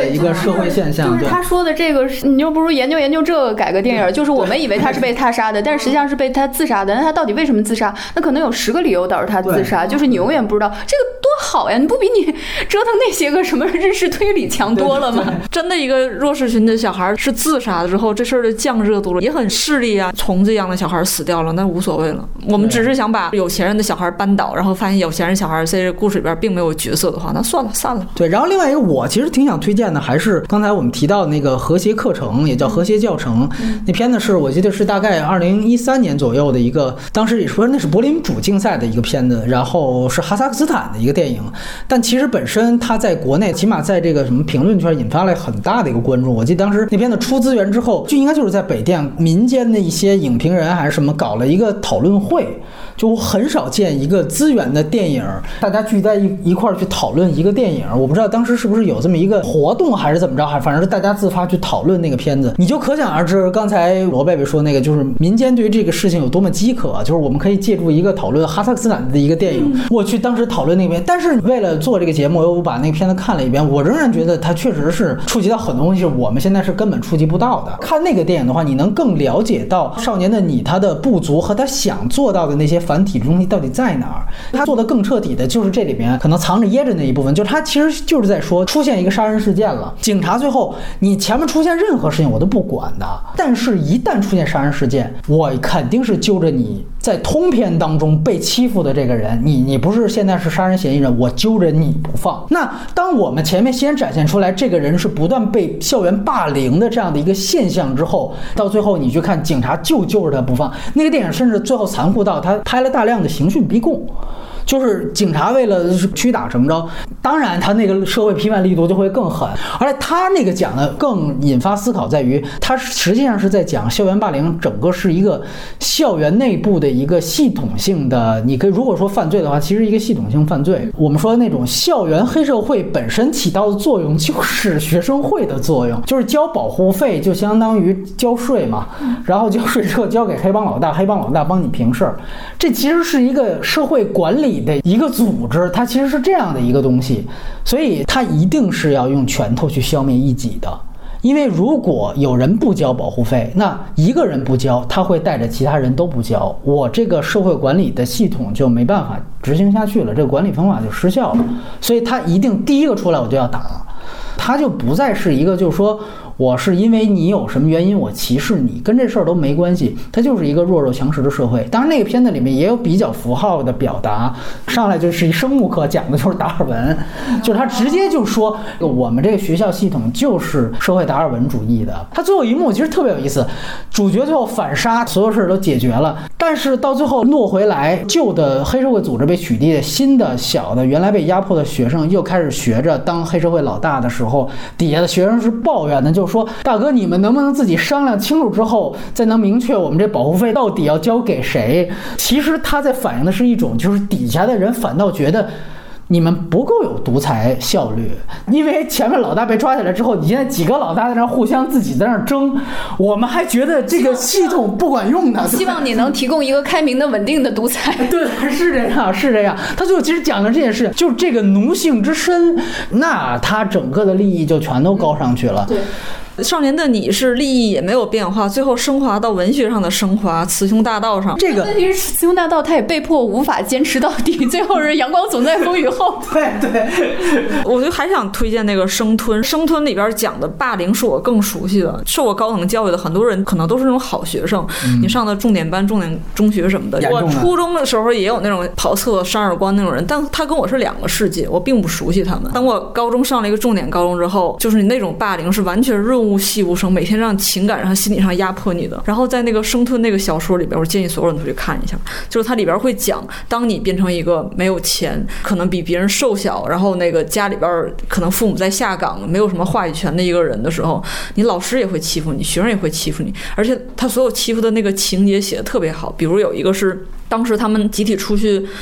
C: 的一个社会现象。
B: 就是他说的这个，你就不如研究研究这个，改个电影。就是我们以为他是被他杀的，但是实际上是被他自杀的。那他到底为什么自杀？那可能有10个理由导致他自杀，就是你永远不知道。这个多好呀！你不比你折腾那些个什么日式推理强多了吗？
A: 真的一个弱势群的小孩是自杀之后，这事儿就降热度了，也很势利啊。虫子一样的小孩死掉了，那无所谓了。我们只是想把有钱人的小孩扳倒，然后发现有钱人小孩在这个故事里边并没有角色的话，那算了，散了。
C: 对，然后另外一个我其实挺想推荐的，还是刚才我们提到的那个和谐课程，也叫和谐教程。那片子是我记得是大概2013年左右的一个，当时也说那是柏林主竞赛的一个片子，然后是哈萨克斯坦的一个电影。但其实本身它在国内起码在这个什么评论圈引发了很大的一个关注。我记得当时那片子出资源之后，就应该就是在北电民间的一些影评人还是什么搞了一个讨论会，就很少见一个资源的电影大家聚在一块儿去讨论一个电影。我不知道当时是不是有这么一个活动还是怎么着，反正是大家自发去讨论那个片子。你就可想而知刚才罗贝贝说那个就是民间对于这个事情有多么饥渴，就是我们可以借助一个讨论哈萨克斯坦的一个电影，我去当时讨论那边。但是为了做这个节目，我把那个片子看了一遍，我仍然觉得它确实是触及到很多东西我们现在是根本触及不到的。看那个电影的话，你能更了解到少年的你他的不足和他想做到的那些反体制东西到底在哪儿。他做的更彻底的就是这里面可能藏着掖着那一部分，就是他其实就是在说出现一个杀人事件了，警察最后你前面出现任何事情我都不管的，但是一旦出现杀人事件，我肯定是揪着你在通篇当中被欺负的这个人，你不是现在是杀人嫌疑人，我揪着你不放。那当我们前面先展现出来这个人是不断被校园霸凌的这样的一个现象之后，到最后你去看警察就揪着他不放。那个电影甚至最后残酷到他拍了大量的刑讯逼供，就是警察为了屈打成招，当然他那个社会批判力度就会更狠。而且他那个讲的更引发思考在于，他实际上是在讲校园霸凌整个是一个校园内部的一个系统性的，你可以如果说犯罪的话，其实一个系统性犯罪。我们说那种校园黑社会本身起到的作用就是学生会的作用，就是交保护费就相当于交税嘛，然后交税之后交给黑帮老大，黑帮老大帮你平事儿，这其实是一个社会管理的一个组织，它其实是这样的一个东西，所以它一定是要用拳头去消灭异己的。因为如果有人不交保护费，那一个人不交，他会带着其他人都不交，我这个社会管理的系统就没办法执行下去了，这个管理方法就失效了。所以他一定第一个出来我就要打了，他就不再是一个就是说我是因为你有什么原因我歧视你，跟这事儿都没关系，它就是一个弱肉强食的社会。当然那个片子里面也有比较符号的表达，上来就是一生物课讲的就是达尔文，就是他直接就说我们这个学校系统就是社会达尔文主义的。他最后一幕其实特别有意思，主角最后反杀，所有事都解决了，但是到最后落回来，旧的黑社会组织被取缔，新的小的原来被压迫的学生又开始学着当黑社会老大的时候，底下的学生是抱怨的，就是说大哥你们能不能自己商量清楚之后再能明确我们这保护费到底要交给谁。其实他在反映的是一种就是底下的人反倒觉得你们不够有独裁效率，因为前面老大被抓起来之后，你现在几个老大在那互相自己在那争，我们还觉得这个系统不管用呢。
B: 希望你能提供一个开明的、稳定的独裁。
C: 对，是这样，是这样。他最后其实讲的这件事，就是这个奴性之深，那他整个的利益就全都高上去了。
B: 对。
A: 少年的你是利益也没有变化，最后升华到文学上的升华，雌雄大盗上。
C: 这个
B: 问题是雌雄大盗他也被迫无法坚持到底，最后是阳光总在风雨后。
C: 对对，
A: 我就还想推荐那个生吞。生吞里边讲的霸凌是我更熟悉的，受过高等教育的很多人可能都是那种好学生，你上的重点班、重点中学什么的。我初中的时候也有那种跑厕扇耳光那种人，但他跟我是两个世界，我并不熟悉他们。等我高中上了一个重点高中之后，就是你那种霸凌是完全润物细无声，每天让情感上、心理上压迫你的。然后在那个生吞那个小说里边，我建议所有人都去看一下，就是它里边会讲，当你变成一个没有钱，可能比别人瘦小，然后那个家里边可能父母在下岗，没有什么话语权的一个人的时候，你老师也会欺负你，学生也会欺负你，而且他所有欺负的那个情节写得特别好。比如有一个是当时他们集体出去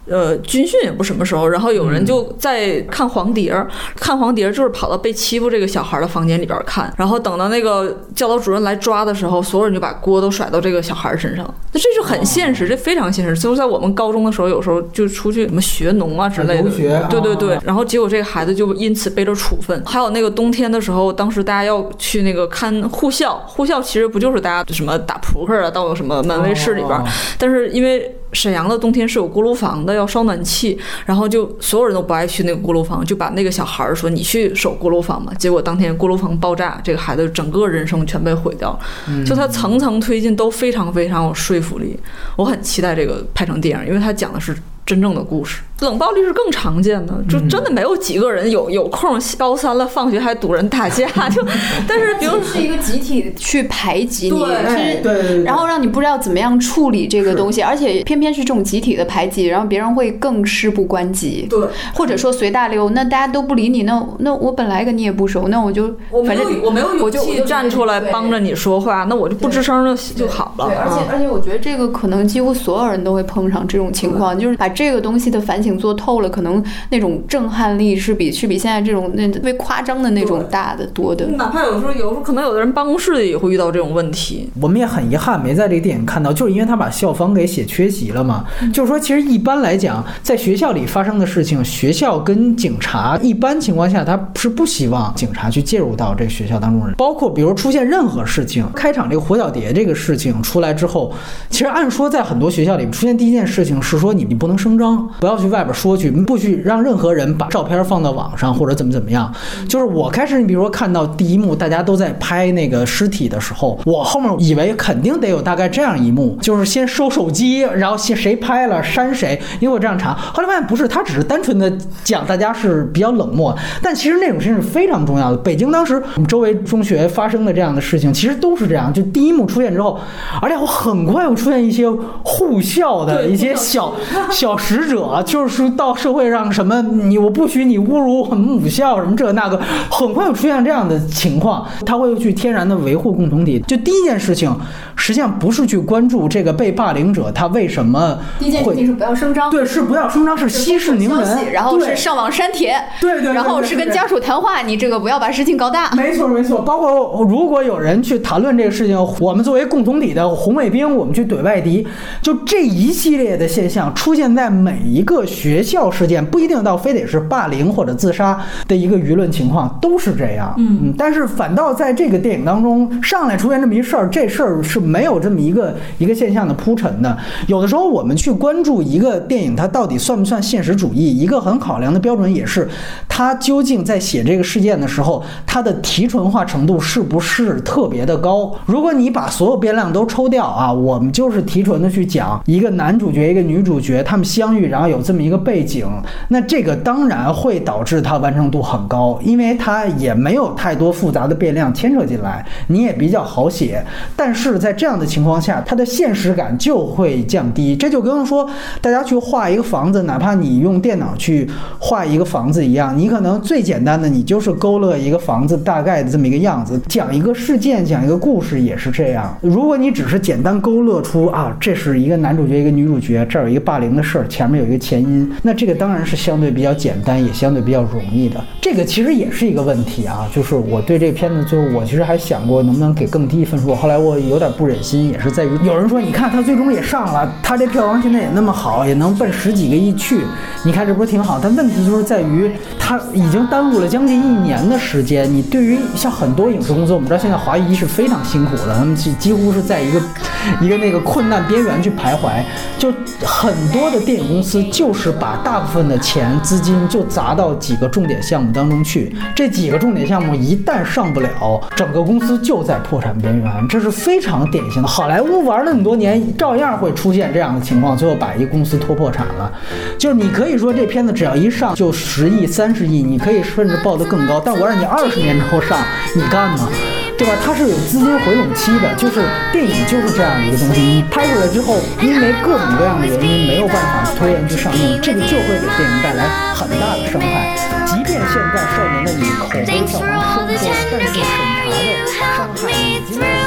A: 军训也不什么时候，然后有人就在看黄碟就是跑到被欺负这个小孩的房间里边看，然后等到那个教导主任来抓的时候，所有人就把锅都甩到这个小孩身上。那这就很现实，这非常现实。就是在我们高中的时候，有时候就出去什么学农啊之类的，对，然后结果这个孩子就因此背着处分。还有那个冬天的时候，当时大家要去那个看护校其实不就是大家什么打扑克啊，到什么门卫室里边，但是因为沈阳的冬天是有锅炉房的，要烧暖气，然后就所有人都不爱去那个锅炉房，就把那个小孩说你去守锅炉房嘛。结果当天锅炉房爆炸，这个孩子整个人生全被毁掉了。就他层层推进都非常非常有说服力，我很期待这个拍成电影，因为他讲的是真正的故事。冷暴力是更常见的，就真的没有几个人有空高三了放学还堵人打架，就但是比如
B: 是一个集体去排挤你，
C: 对，
B: 然后让你不知道怎么样处理这个东西，而且偏偏是这种集体的排挤，然后别人会更事不关己，
A: 对，
B: 或者说随大流，那大家都不理你，那我本来跟你也不熟，那我就反正
A: 我没有勇气站出来帮着你说话，那我就不吱声就好了。
B: 对，而且我觉得这个可能几乎所有人都会碰上这种情况，就是把这个东西的反省做透了，可能那种震撼力是比现在这种特别夸张的那种大的多的。
A: 哪怕有时候可能有的人办公室也会遇到这种问题。
C: 我们也很遗憾没在这个电影看到，就是因为他把校方给写缺席了嘛。就是说，其实一般来讲，在学校里发生的事情，学校跟警察一般情况下他是不希望警察去介入到这个学校当中，包括比如出现任何事情，开场这个火小碟这个事情出来之后，其实按说在很多学校里出现第一件事情是说你不能声张，不要去外边说去，不许让任何人把照片放到网上或者怎么样。就是我开始你比如说看到第一幕大家都在拍那个尸体的时候，我后面以为肯定得有大概这样一幕，就是先收手机，然后谁拍了删谁，因为我这样查，后来发现不是，他只是单纯的讲大家是比较冷漠，但其实那种事情是非常重要的。北京当时我们周围中学发生的这样的事情其实都是这样，就第一幕出现之后，而且我很快又出现一些护校的一些小使者，就是到社会上什么我不许你侮辱我们母校什么这那个，很快又出现这样的情况，他会去天然的维护共同体。就第一件事情实际上不是去关注这个被霸凌者他为什么
B: 第一件事情是不要声张，
C: 对，是不要声张，是息事宁人，
B: 然后是上网删帖，
C: 对，
B: 然后是跟家属谈话，你这个不要把事情搞大。
C: 没错，包括如果有人去谈论这个事情，我们作为共同体的红卫兵，我们去怼外敌，就这一系列的现象出现在每一个学校事件，不一定到非得是霸凌或者自杀的一个舆论情况，都是这样。但是反倒在这个电影当中上来出现这么一事儿，这事儿是没有这么一个现象的铺陈的。有的时候我们去关注一个电影它到底算不算现实主义，一个很考量的标准也是它究竟在写这个事件的时候，它的提纯化程度是不是特别的高。如果你把所有变量都抽掉啊，我们就是提纯的去讲一个男主角一个女主角他们相遇，然后有这么一个背景，那这个当然会导致它完成度很高，因为它也没有太多复杂的变量牵扯进来，你也比较好写。但是在这样的情况下，它的现实感就会降低。这就跟说大家去画一个房子，哪怕你用电脑去画一个房子一样，你可能最简单的你就是勾勒一个房子大概的这么一个样子，讲一个事件讲一个故事也是这样。如果你只是简单勾勒出啊，这是一个男主角一个女主角，这儿有一个霸凌的事儿，前面有一个前因，那这个当然是相对比较简单也相对比较容易的。这个其实也是一个问题啊，就是我对这个片子就是我其实还想过能不能给更低分数，后来我有点不忍心，也是在于有人说你看他最终也上了，他这票房现在也那么好，也能奔10几个亿去，你看这不是挺好。但问题就是在于他已经耽误了将近1年的时间。你对于像很多影视公司，我们知道现在华谊是非常辛苦的，他们几乎是在一个那个困难边缘去徘徊。就很多的电影公司就是把大部分的钱资金就砸到几个重点项目当中去，这几个重点项目一旦上不了，整个公司就在破产边缘，这是非常典型的。好莱坞玩了那么多年，照样会出现这样的情况，最后把一个公司拖破产了。就是你可以说这片子只要一上就10亿30亿，你可以甚至报得更高，但我让你20年之后上，你干吗？对吧？它是有资金回笼期的，就是电影就是这样一个东西，你拍出来之后，因为各种各样的原因没有办法拖延去上映，这个就会给电影带来很大的伤害。即便现在《少年的你》口碑票房收缩，但是审查的伤害已经